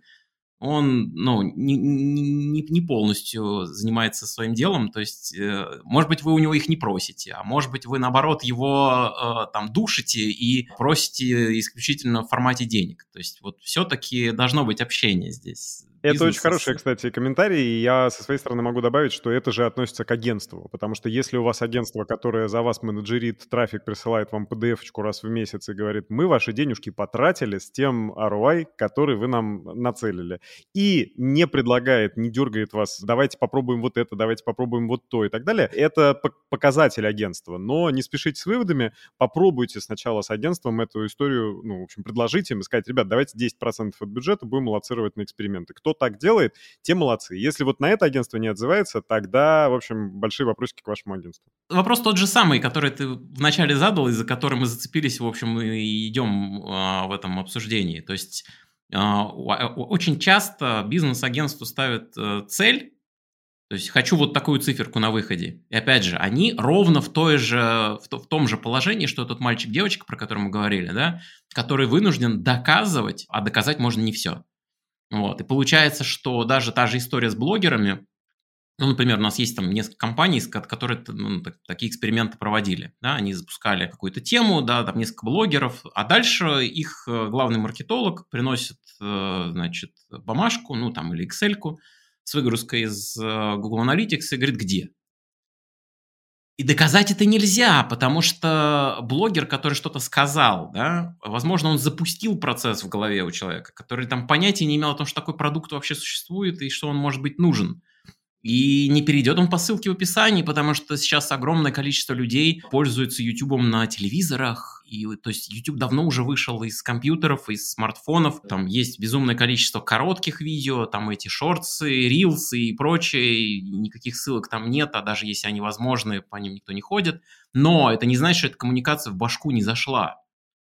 он, ну, не, не, не полностью занимается своим делом, то есть, э, может быть, вы у него их не просите, а может быть, вы, наоборот, его э, там душите и просите исключительно в формате денег. То есть, вот все-таки должно быть общение здесь. Это очень хороший, кстати, комментарий, и я со своей стороны могу добавить, что это же относится к агентству, потому что если у вас агентство, которое за вас менеджерит трафик, присылает вам пи ди эф-очку раз в месяц и говорит, мы ваши денежки потратили с тем ар о ай, который вы нам нацелили, и не предлагает, не дергает вас, давайте попробуем вот это, давайте попробуем вот то и так далее, это показатель агентства, но не спешите с выводами, попробуйте сначала с агентством эту историю, ну, в общем, предложите им и сказать, ребят, давайте десять процентов от бюджета будем аллоцировать на эксперименты. Кто так делает, те молодцы. Если вот на это агентство не отзывается, тогда, в общем, большие вопросики к вашему агентству. Вопрос тот же самый, который ты вначале задал, из-за которого мы зацепились, в общем, и идем а, в этом обсуждении. То есть а, очень часто бизнес-агентству ставят а, цель, то есть хочу вот такую циферку на выходе. И опять же, они ровно в, той же, в, то, в том же положении, что тот мальчик-девочка, про который мы говорили, да, который вынужден доказывать, а доказать можно не все. Вот. И получается, что даже та же история с блогерами, ну, например, у нас есть там несколько компаний, которые ну, так, такие эксперименты проводили, да, они запускали какую-то тему, да, там несколько блогеров, а дальше их главный маркетолог приносит, значит, бумажку, ну, там, или Excel-ку с выгрузкой из Google Analytics и говорит, где? И доказать это нельзя, потому что блогер, который что-то сказал, да, возможно, он запустил процесс в голове у человека, который там понятия не имел о том, что такой продукт вообще существует и что он может быть нужен. И не перейдет он по ссылке в описании, потому что сейчас огромное количество людей пользуются YouTube на телевизорах. И, то есть YouTube давно уже вышел из компьютеров, из смартфонов. Там есть безумное количество коротких видео, там эти шортсы, рилсы и прочее. Никаких ссылок там нет, а даже если они возможны, по ним никто не ходит. Но это не значит, что эта коммуникация в башку не зашла.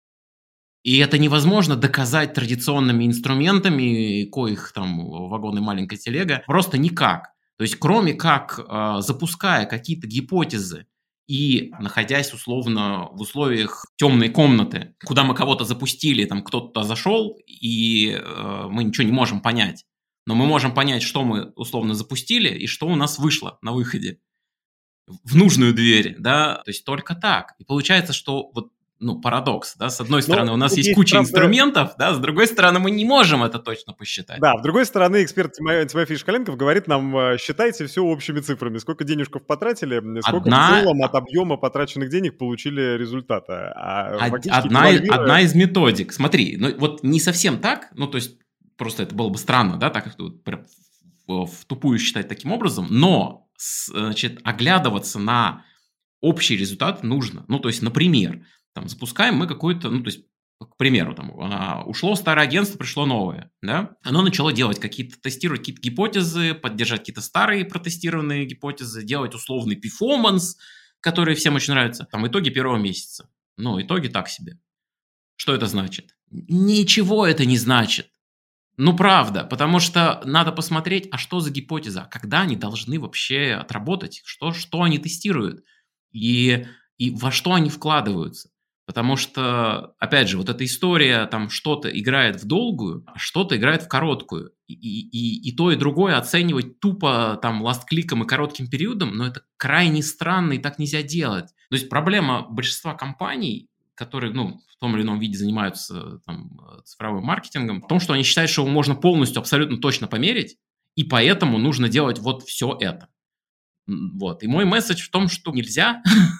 И это невозможно доказать традиционными инструментами, коих там вагон и маленькая телега, просто никак. То есть кроме как э, запуская какие-то гипотезы и находясь условно в условиях темной комнаты, куда мы кого-то запустили, там кто-то зашел, и э, мы ничего не можем понять. Но мы можем понять, что мы условно запустили и что у нас вышло на выходе в нужную дверь, да, то есть только так. И получается, что вот ну, парадокс, да, с одной стороны, Но у нас есть, есть куча правда... инструментов, да, с другой стороны, мы не можем это точно посчитать. Да, с другой стороны, эксперт Тимофей Шкаленков говорит нам, считайте все общими цифрами, сколько денежков потратили, сколько Одна... в целом от объема потраченных денег получили результата. А одна, эволюируя... одна из методик, смотри, ну вот не совсем так, ну то есть просто это было бы странно, да, так в, в тупую считать таким образом, но, значит, оглядываться на общий результат нужно. Ну то есть, например, там, запускаем мы какую-то, ну, то есть, к примеру, там, а, ушло старое агентство, пришло новое, да, оно начало делать какие-то, тестировать какие-то гипотезы, поддержать какие-то старые протестированные гипотезы, делать условный перформанс, который всем очень нравится, там, итоги первого месяца, ну, итоги так себе. Что это значит? Ничего это не значит. Ну, правда, потому что надо посмотреть, а что за гипотеза, когда они должны вообще отработать, что, что они тестируют и, и во что они вкладываются. Потому что, опять же, вот эта история, там что-то играет в долгую, а что-то играет в короткую. И, и, и, и то, и другое оценивать тупо там ласт-кликом и коротким периодом, но это крайне странно, и так нельзя делать. То есть проблема большинства компаний, которые, ну, в том или ином виде занимаются там, цифровым маркетингом, в том, что они считают, что его можно полностью, абсолютно точно померить, и поэтому нужно делать вот все это. Вот. И мой месседж в том, что нельзя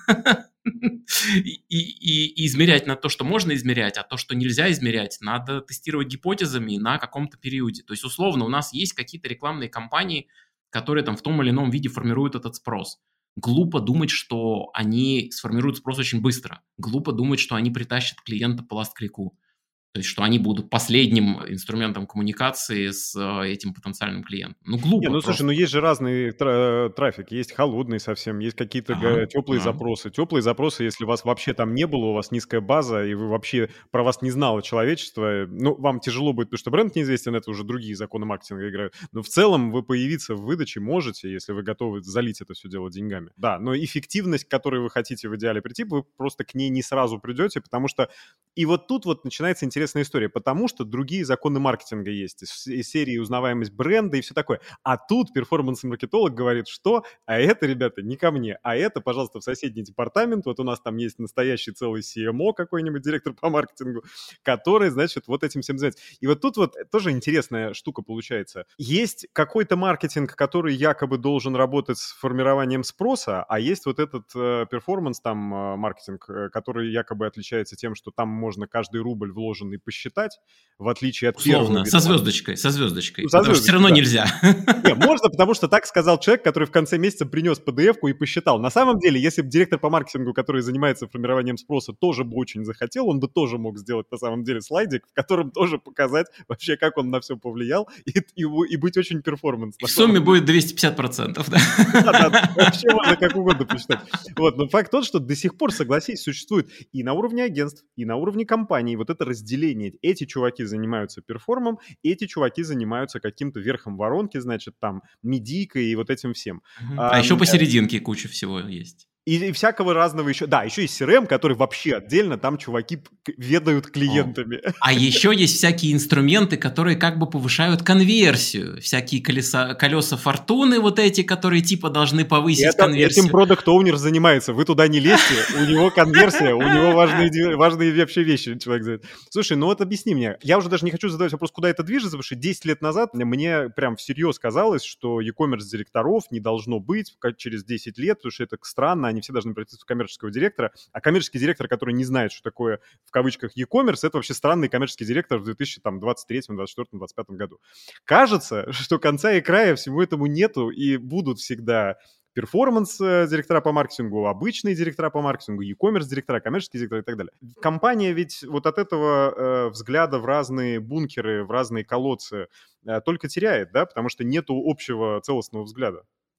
и, и, и измерять на то, что можно измерять, а то, что нельзя измерять, надо тестировать гипотезами на каком-то периоде. То есть, условно, у нас есть какие-то рекламные кампании, которые там в том или ином виде формируют этот спрос. Глупо думать, что они сформируют спрос очень быстро. Глупо думать, что они притащат клиента по ласт-клику. То есть, что они будут последним инструментом коммуникации с э, этим потенциальным клиентом. Ну, глупо Не, ну просто. слушай, ну есть же разный тра- трафик, есть холодный совсем, есть какие-то Ага, теплые да. запросы. Теплые запросы, если вас вообще там не было, у вас низкая база, и вы вообще про вас не знало человечество, ну, вам тяжело будет, потому что бренд неизвестен, это уже другие законы маркетинга играют. Но в целом вы появиться в выдаче можете, если вы готовы залить это все дело деньгами. Да, но эффективность, к которой вы хотите в идеале прийти, вы просто к ней не сразу придете, потому что и вот тут вот начинается интересная история, потому что другие законы маркетинга есть, из, из серии узнаваемость бренда и все такое. А тут перформанс-маркетолог говорит, что, а это, ребята, не ко мне, а это, пожалуйста, в соседний департамент, вот у нас там есть настоящий целый си эм о какой-нибудь, директор по маркетингу, который, значит, вот этим всем занимается. И вот тут вот тоже интересная штука получается. Есть какой-то маркетинг, который якобы должен работать с формированием спроса, а есть вот этот э, перформанс там э, маркетинг, э, который якобы отличается тем, что там можно каждый рубль вложенный посчитать, в отличие от первого Условно, вида со маркетинга. звездочкой, со звездочкой, Ну, со потому что все звездочкой, равно да. нельзя. Не, можно, потому что так сказал человек, который в конце месяца принес пи ди эф-ку и посчитал. На самом деле, если бы директор по маркетингу, который занимается формированием спроса, тоже бы очень захотел, он бы тоже мог сделать на самом деле слайдик, в котором тоже показать вообще, как он на все повлиял, и, и, и быть очень перформанс. В сумме будет двести пятьдесят процентов, да? Да, да, вообще можно как угодно посчитать. Вот, но факт тот, что до сих пор, согласись, существует и на уровне агентств, и на уровне компаний вот это разделение. Эти чуваки занимаются перформом, эти чуваки занимаются каким-то верхом воронки, значит, там, медийкой и вот этим всем. Мгм. А А, еще посерединке куча всего есть. и, и всякого разного еще. Да, еще есть си эр эм, который вообще отдельно, там чуваки к- ведают О. клиентами. А еще есть всякие инструменты, которые как бы повышают конверсию. Всякие колеса, колеса фортуны вот эти, которые типа должны повысить Это, этим конверсию. продакт оунер занимается. Вы туда не лезьте, у него конверсия, у него важные, де- важные вообще вещи человек знает. Слушай, ну вот объясни мне. Я уже даже не хочу задавать вопрос, куда это движется, потому что десять лет назад мне прям всерьез казалось, что e-commerce директоров не должно быть как через десять лет, потому что это странно, они все должны пройти в коммерческого директора. А коммерческий директор, который не знает, что такое в кавычках e-commerce, это вообще странный коммерческий директор в две тысячи двадцать третьем, двадцать четвёртом, двадцать пятом году. Кажется, что конца и края всему этому нету, и будут всегда перформанс-директора по маркетингу, обычные директора по маркетингу, e-commerce директора, коммерческие директора и так далее. Компания ведь вот от этого э, взгляда в разные бункеры, в разные колодцы э, только теряет, да, потому что нету общего целостного взгляда.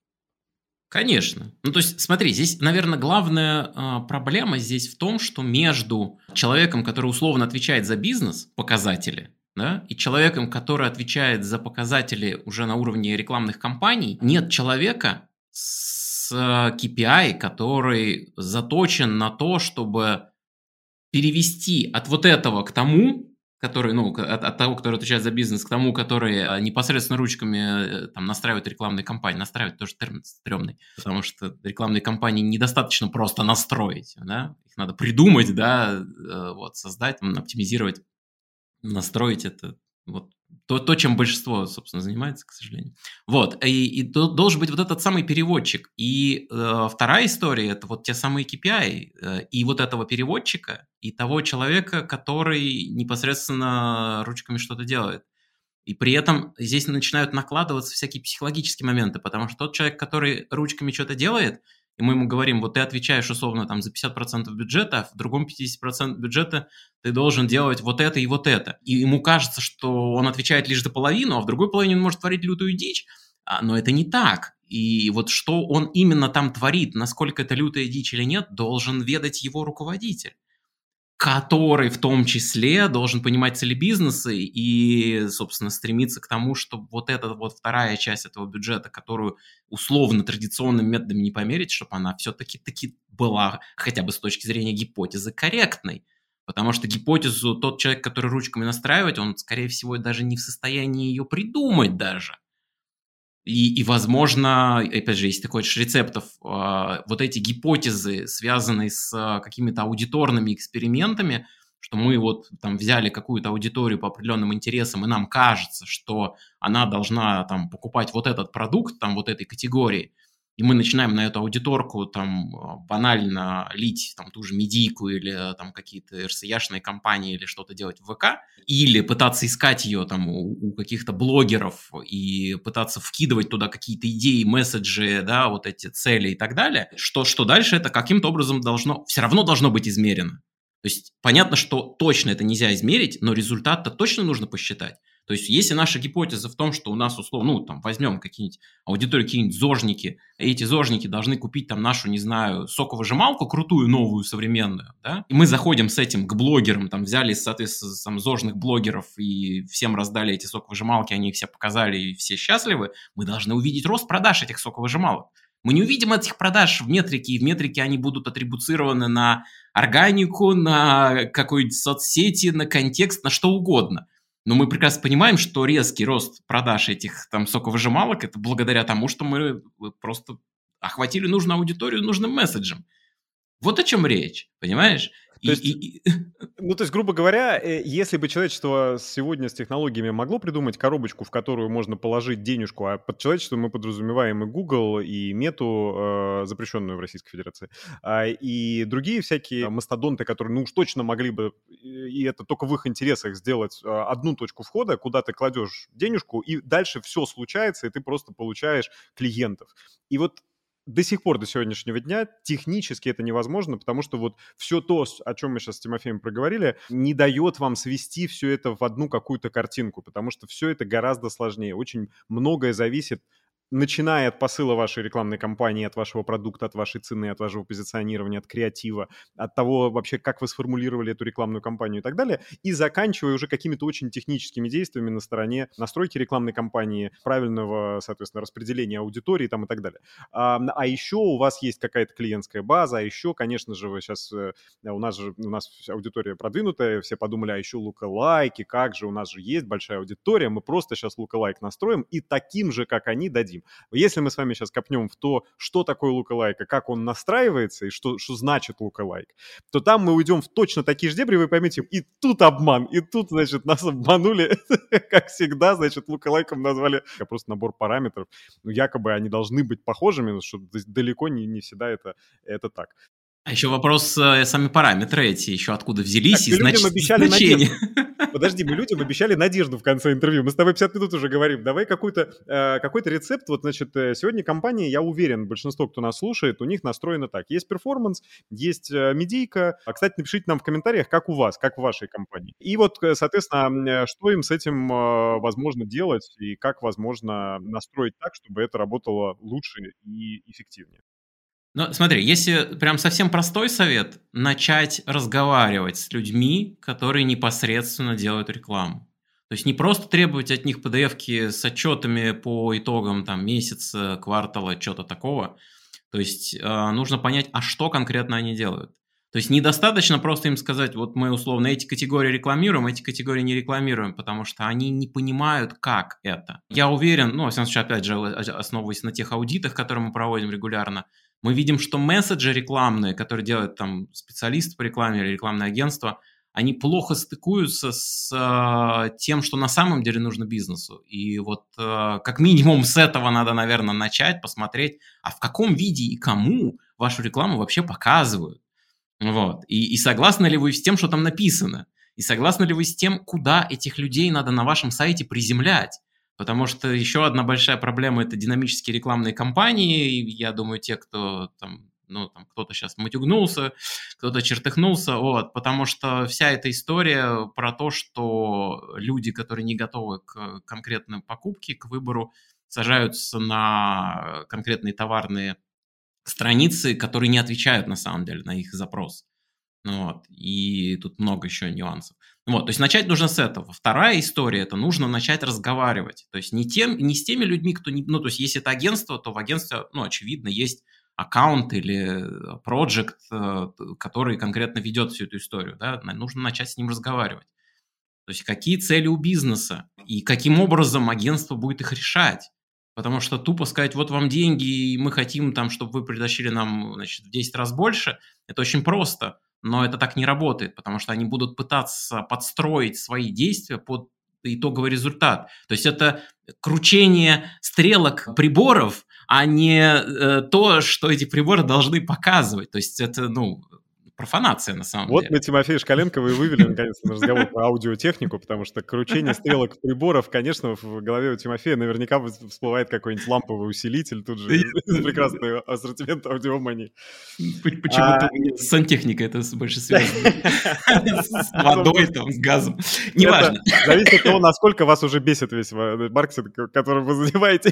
Конечно. Ну, то есть, смотри, здесь, наверное, главная а, проблема здесь в том, что между человеком, который условно отвечает за бизнес, показатели, да, и человеком, который отвечает за показатели уже на уровне рекламных кампаний, нет человека с а, кей пи ай, который заточен на то, чтобы перевести от вот этого к тому, который, ну, от, от того, который отвечает за бизнес, к тому, который а, непосредственно ручками э, там настраивает рекламные кампании. Настраивать тоже термин стрёмный, потому что рекламные кампании недостаточно просто настроить, да, их надо придумать, да, э, вот, создать, м, оптимизировать, настроить это, вот, то, то, чем большинство, собственно, занимается, к сожалению. Вот, и, и до- должен быть вот этот самый переводчик. И э, вторая история – это вот те самые кей пи ай, э, и вот этого переводчика, и того человека, который непосредственно ручками что-то делает. И при этом здесь начинают накладываться всякие психологические моменты, потому что тот человек, который ручками что-то делает, и мы ему говорим, вот ты отвечаешь условно там за пятьдесят процентов бюджета, а в другом пятьдесят процентов бюджета ты должен делать вот это и вот это. И ему кажется, что он отвечает лишь за половину, а в другой половине он может творить лютую дичь. А, но это не так. И вот что он именно там творит, насколько это лютая дичь или нет, должен ведать его руководитель. который в том числе должен понимать цели бизнеса и, собственно, стремиться к тому, чтобы вот эта вот вторая часть этого бюджета, которую условно традиционными методами не померить, чтобы она все-таки таки была хотя бы с точки зрения гипотезы корректной. Потому что гипотезу тот человек, который ручками настраивает, он, скорее всего, даже не в состоянии ее придумать даже. И, и, возможно, опять же, если ты хочешь рецептов, э, вот эти гипотезы, связанные с э, какими-то аудиторными экспериментами, что мы вот там взяли какую-то аудиторию по определенным интересам, и нам кажется, что она должна там покупать вот этот продукт, там вот этой категории, и мы начинаем на эту аудиторку там банально лить там ту же медийку или там какие-то эр эс и-шные компании или что-то делать в ВК, или пытаться искать ее там у, у каких-то блогеров и пытаться вкидывать туда какие-то идеи, месседжи, да, вот эти цели и так далее, что, что дальше это каким-то образом должно, все равно должно быть измерено. То есть понятно, что точно это нельзя измерить, но результат-то точно нужно посчитать. То есть если наша гипотеза в том, что у нас условно, ну, там, возьмем какие-нибудь аудитории, какие-нибудь зожники, и эти зожники должны купить там нашу, не знаю, соковыжималку крутую, новую, современную, да, и мы заходим с этим к блогерам, там, взяли, соответственно, там, зожных блогеров и всем раздали эти соковыжималки, они их все показали и все счастливы, мы должны увидеть рост продаж этих соковыжималок. Мы не увидим этих продаж в метрике, и в метрике они будут атрибуцированы на органику, на какой-нибудь соцсети, на контекст, на что угодно. Но мы прекрасно понимаем, что резкий рост продаж этих там соковыжималок – это благодаря тому, что мы просто охватили нужную аудиторию нужным месседжем. Вот о чем речь, понимаешь? То есть, и, и... ну, то есть, грубо говоря, если бы человечество сегодня с технологиями могло придумать коробочку, в которую можно положить денежку, а под человечеством мы подразумеваем и Google, и Мету, э, запрещенную в Российской Федерации, э, и другие всякие мастодонты, которые, ну, уж точно могли бы, и это только в их интересах, сделать э, одну точку входа, куда ты кладешь денежку, и дальше все случается, и ты просто получаешь клиентов. И вот до сих пор, до сегодняшнего дня технически это невозможно, потому что вот все то, о чем мы сейчас с Тимофеем проговорили, не дает вам свести все это в одну какую-то картинку, потому что все это гораздо сложнее. Очень многое зависит, начиная от посыла вашей рекламной кампании, от вашего продукта, от вашей цены, от вашего позиционирования, от креатива, от того вообще, как вы сформулировали эту рекламную кампанию и так далее, и заканчивая уже какими-то очень техническими действиями на стороне настройки рекламной кампании, правильного, соответственно, распределения аудитории там и так далее. А, а еще у вас есть какая-то клиентская база, а еще, конечно же, вы сейчас, у нас же, у нас аудитория продвинутая, все подумали, а еще лука-лайки, как же, у нас же есть большая аудитория, мы просто сейчас лука-лайк настроим и таким же, как они, дадим. Если мы с вами сейчас копнем в то, что такое лука-лайк, и как он настраивается, и что, что значит лука-лайк, то там мы уйдем в точно такие же дебри, вы поймете, и тут обман, и тут, значит, нас обманули, как всегда, значит, лука-лайком назвали просто набор параметров, ну, якобы они должны быть похожими, но что далеко не, не всегда это, это так. А еще вопрос, э, сами параметры эти еще откуда взялись, так, и знач... значение. Подожди, мы людям обещали надежду в конце интервью. Мы с тобой пятьдесят минут уже говорим. Давай какой-то, э, какой-то рецепт. Вот, значит, сегодня компания, я уверен, большинство, кто нас слушает, у них настроено так. Есть перформанс, есть э, медийка. А, кстати, напишите нам в комментариях, как у вас, как в вашей компании. И вот, соответственно, что им с этим э, возможно делать и как возможно настроить так, чтобы это работало лучше и эффективнее. Ну, смотри, если прям совсем простой совет, начать разговаривать с людьми, которые непосредственно делают рекламу. То есть не просто требовать от них пи ди эф-ки с отчетами по итогам там, месяца, квартала, чего-то такого. То есть э, нужно понять, а что конкретно они делают. То есть недостаточно просто им сказать, вот мы условно эти категории рекламируем, эти категории не рекламируем, потому что они не понимают, как это. Я уверен, ну, во всяком случае, опять же, основываясь на тех аудитах, которые мы проводим регулярно, мы видим, что месседжи рекламные, которые делают там специалисты по рекламе или рекламное агентство, они плохо стыкуются с э, тем, что на самом деле нужно бизнесу. И вот э, как минимум с этого надо, наверное, начать, посмотреть, а в каком виде и кому вашу рекламу вообще показывают. Вот. И, и согласны ли вы с тем, что там написано? И согласны ли вы с тем, куда этих людей надо на вашем сайте приземлять? Потому что еще одна большая проблема – это динамические рекламные кампании. И я думаю, те, кто там, ну, там кто-то сейчас матюгнулся, кто-то чертыхнулся, вот, потому что вся эта история про то, что люди, которые не готовы к конкретной покупке, к выбору, сажаются на конкретные товарные страницы, которые не отвечают на самом деле на их запрос. Вот. И тут много еще нюансов. Вот, то есть начать нужно с этого. Вторая история – это нужно начать разговаривать. То есть не, тем, не с теми людьми, кто… Не, ну, то есть если это агентство, то в агентстве, ну, очевидно, есть аккаунт или проект, который конкретно ведет всю эту историю. Да? Нужно начать с ним разговаривать. То есть какие цели у бизнеса и каким образом агентство будет их решать. Потому что тупо сказать, вот вам деньги, и мы хотим, там, чтобы вы притащили нам, значит, в десять раз больше, это очень просто. Но это так не работает, потому что они будут пытаться подстроить свои действия под итоговый результат. То есть это кручение стрелок приборов, а не э, то, что эти приборы должны показывать. То есть это, ну, профанация на самом вот деле. Вот мы Тимофея Шкаленкова и вывели наконец-то на разговор про аудиотехнику, потому что кручение стрелок приборов, конечно, в голове у Тимофея наверняка всплывает какой-нибудь ламповый усилитель тут же из прекрасного ассортимента аудиомании. Почему-то с сантехникой это больше связано. С водой, там, с газом. Неважно. Зависит от того, насколько вас уже бесит весь маркетинг, которым вы занимаетесь.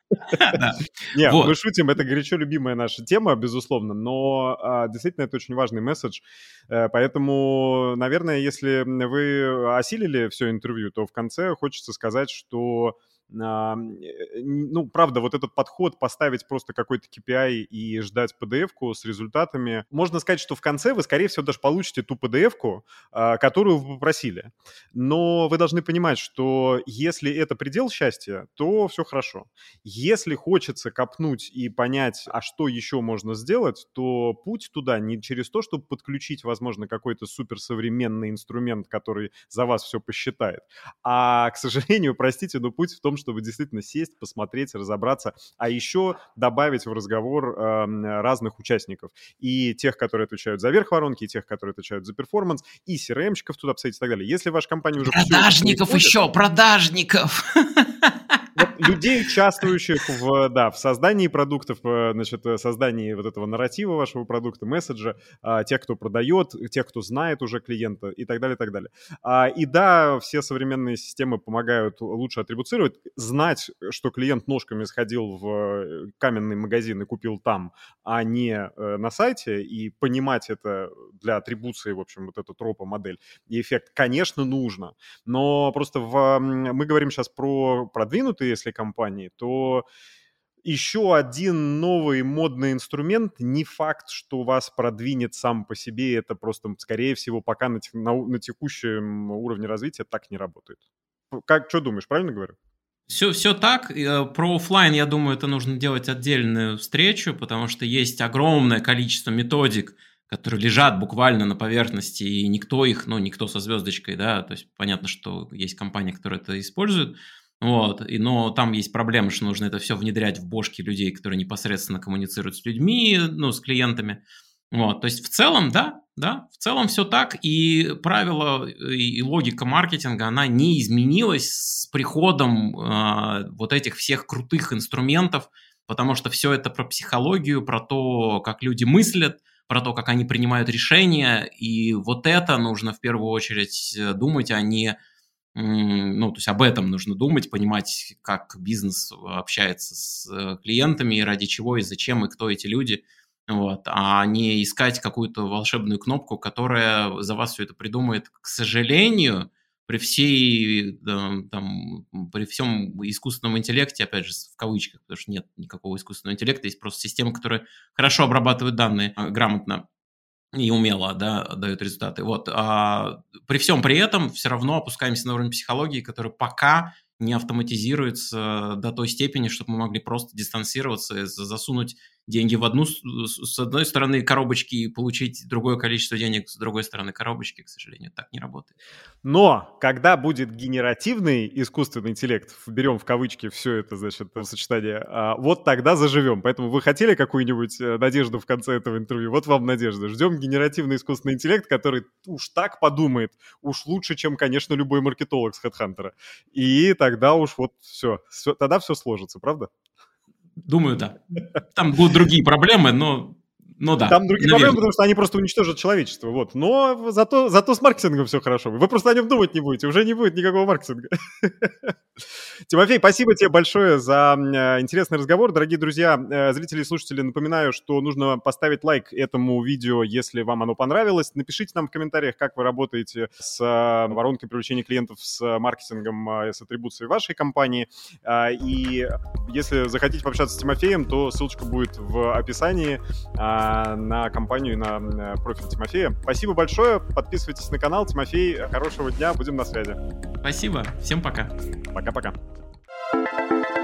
Нет, мы шутим, это горячо любимая наша тема, безусловно, но действительно это очень важный месседж. Поэтому, наверное, если вы осилили все интервью, то в конце хочется сказать, что ну, правда, вот этот подход поставить просто какой-то кей пи ай и ждать пи ди эф-ку с результатами. Можно сказать, что в конце вы, скорее всего, даже получите ту пи ди эф-ку, которую вы попросили. Но вы должны понимать, что если это предел счастья, то все хорошо. Если хочется копнуть и понять, а что еще можно сделать, то путь туда не через то, чтобы подключить, возможно, какой-то суперсовременный инструмент, который за вас все посчитает, а, к сожалению, простите, но путь в том, чтобы действительно сесть, посмотреть, разобраться, а еще добавить в разговор э, разных участников. И тех, которые отвечают за верх воронки, и тех, которые отвечают за перформанс, и си эр эм-щиков туда посадить и так далее. Если ваша компания уже... Продажников еще, продажников! Вот людей, участвующих в, да, в создании продуктов, значит, создании вот этого нарратива вашего продукта, месседжа, тех, кто продает, тех, кто знает уже клиента и так далее, и так далее. И да, все современные системы помогают лучше атрибуцировать. Знать, что клиент ножками сходил в каменный магазин и купил там, а не на сайте, и понимать это для атрибуции, в общем, вот эту тропа-модель и эффект, конечно, нужно. Но просто в, мы говорим сейчас про продвинутые, если компании, то еще один новый модный инструмент, не факт, что вас продвинет сам по себе, это просто, скорее всего, пока на, на, на текущем уровне развития так не работает. Как, что думаешь, правильно говорю? Все, все так. Про офлайн, я думаю, это нужно делать отдельную встречу, потому что есть огромное количество методик, которые лежат буквально на поверхности, и никто их, ну, никто со звездочкой, да, то есть понятно, что есть компании, которые это используют, вот, и, но там есть проблема, что нужно это все внедрять в бошки людей, которые непосредственно коммуницируют с людьми, ну, с клиентами, вот, то есть в целом, да, да, в целом все так, и правила и логика маркетинга, она не изменилась с приходом э, вот этих всех крутых инструментов, потому что все это про психологию, про то, как люди мыслят, про то, как они принимают решения, и вот это нужно в первую очередь думать, а не, ну, то есть об этом нужно думать, понимать, как бизнес общается с клиентами, и ради чего, и зачем, и кто эти люди, вот, а не искать какую-то волшебную кнопку, которая за вас все это придумает. К сожалению, при всей, там, при всем искусственном интеллекте, опять же, в кавычках, потому что нет никакого искусственного интеллекта, есть просто системы, которые хорошо обрабатывают данные, грамотно и умело, да, дают результаты. Вот. А при всем при этом все равно опускаемся на уровень психологии, который пока не автоматизируется до той степени, чтобы мы могли просто дистанцироваться, засунуть деньги в одну, с одной стороны коробочки и получить другое количество денег с другой стороны коробочки, к сожалению, так не работает. Но когда будет генеративный искусственный интеллект, берем в кавычки все это, значит, сочетание, вот тогда заживем. Поэтому вы хотели какую-нибудь надежду в конце этого интервью? Вот вам надежда. Ждем генеративный искусственный интеллект, который уж так подумает, уж лучше, чем, конечно, любой маркетолог с HeadHunter. И тогда уж вот все, все тогда все сложится, правда? Думаю, да. Там будут другие проблемы, но Ну да. Там другие наверное. проблемы, потому что они просто уничтожат человечество. Вот. Но зато, зато с маркетингом все хорошо. Вы просто о нем думать не будете. Уже не будет никакого маркетинга. Тимофей, спасибо тебе большое за интересный разговор. Дорогие друзья, зрители и слушатели, напоминаю, что нужно поставить лайк этому видео, если вам оно понравилось. Напишите нам в комментариях, как вы работаете с воронкой привлечения клиентов, с маркетингом, с атрибуцией вашей компании. И если захотите пообщаться с Тимофеем, то ссылочка будет в описании на компанию и на профиль Тимофея. Спасибо большое. Подписывайтесь на канал. Тимофей, хорошего дня. Будем на связи. Спасибо. Всем пока. Пока-пока.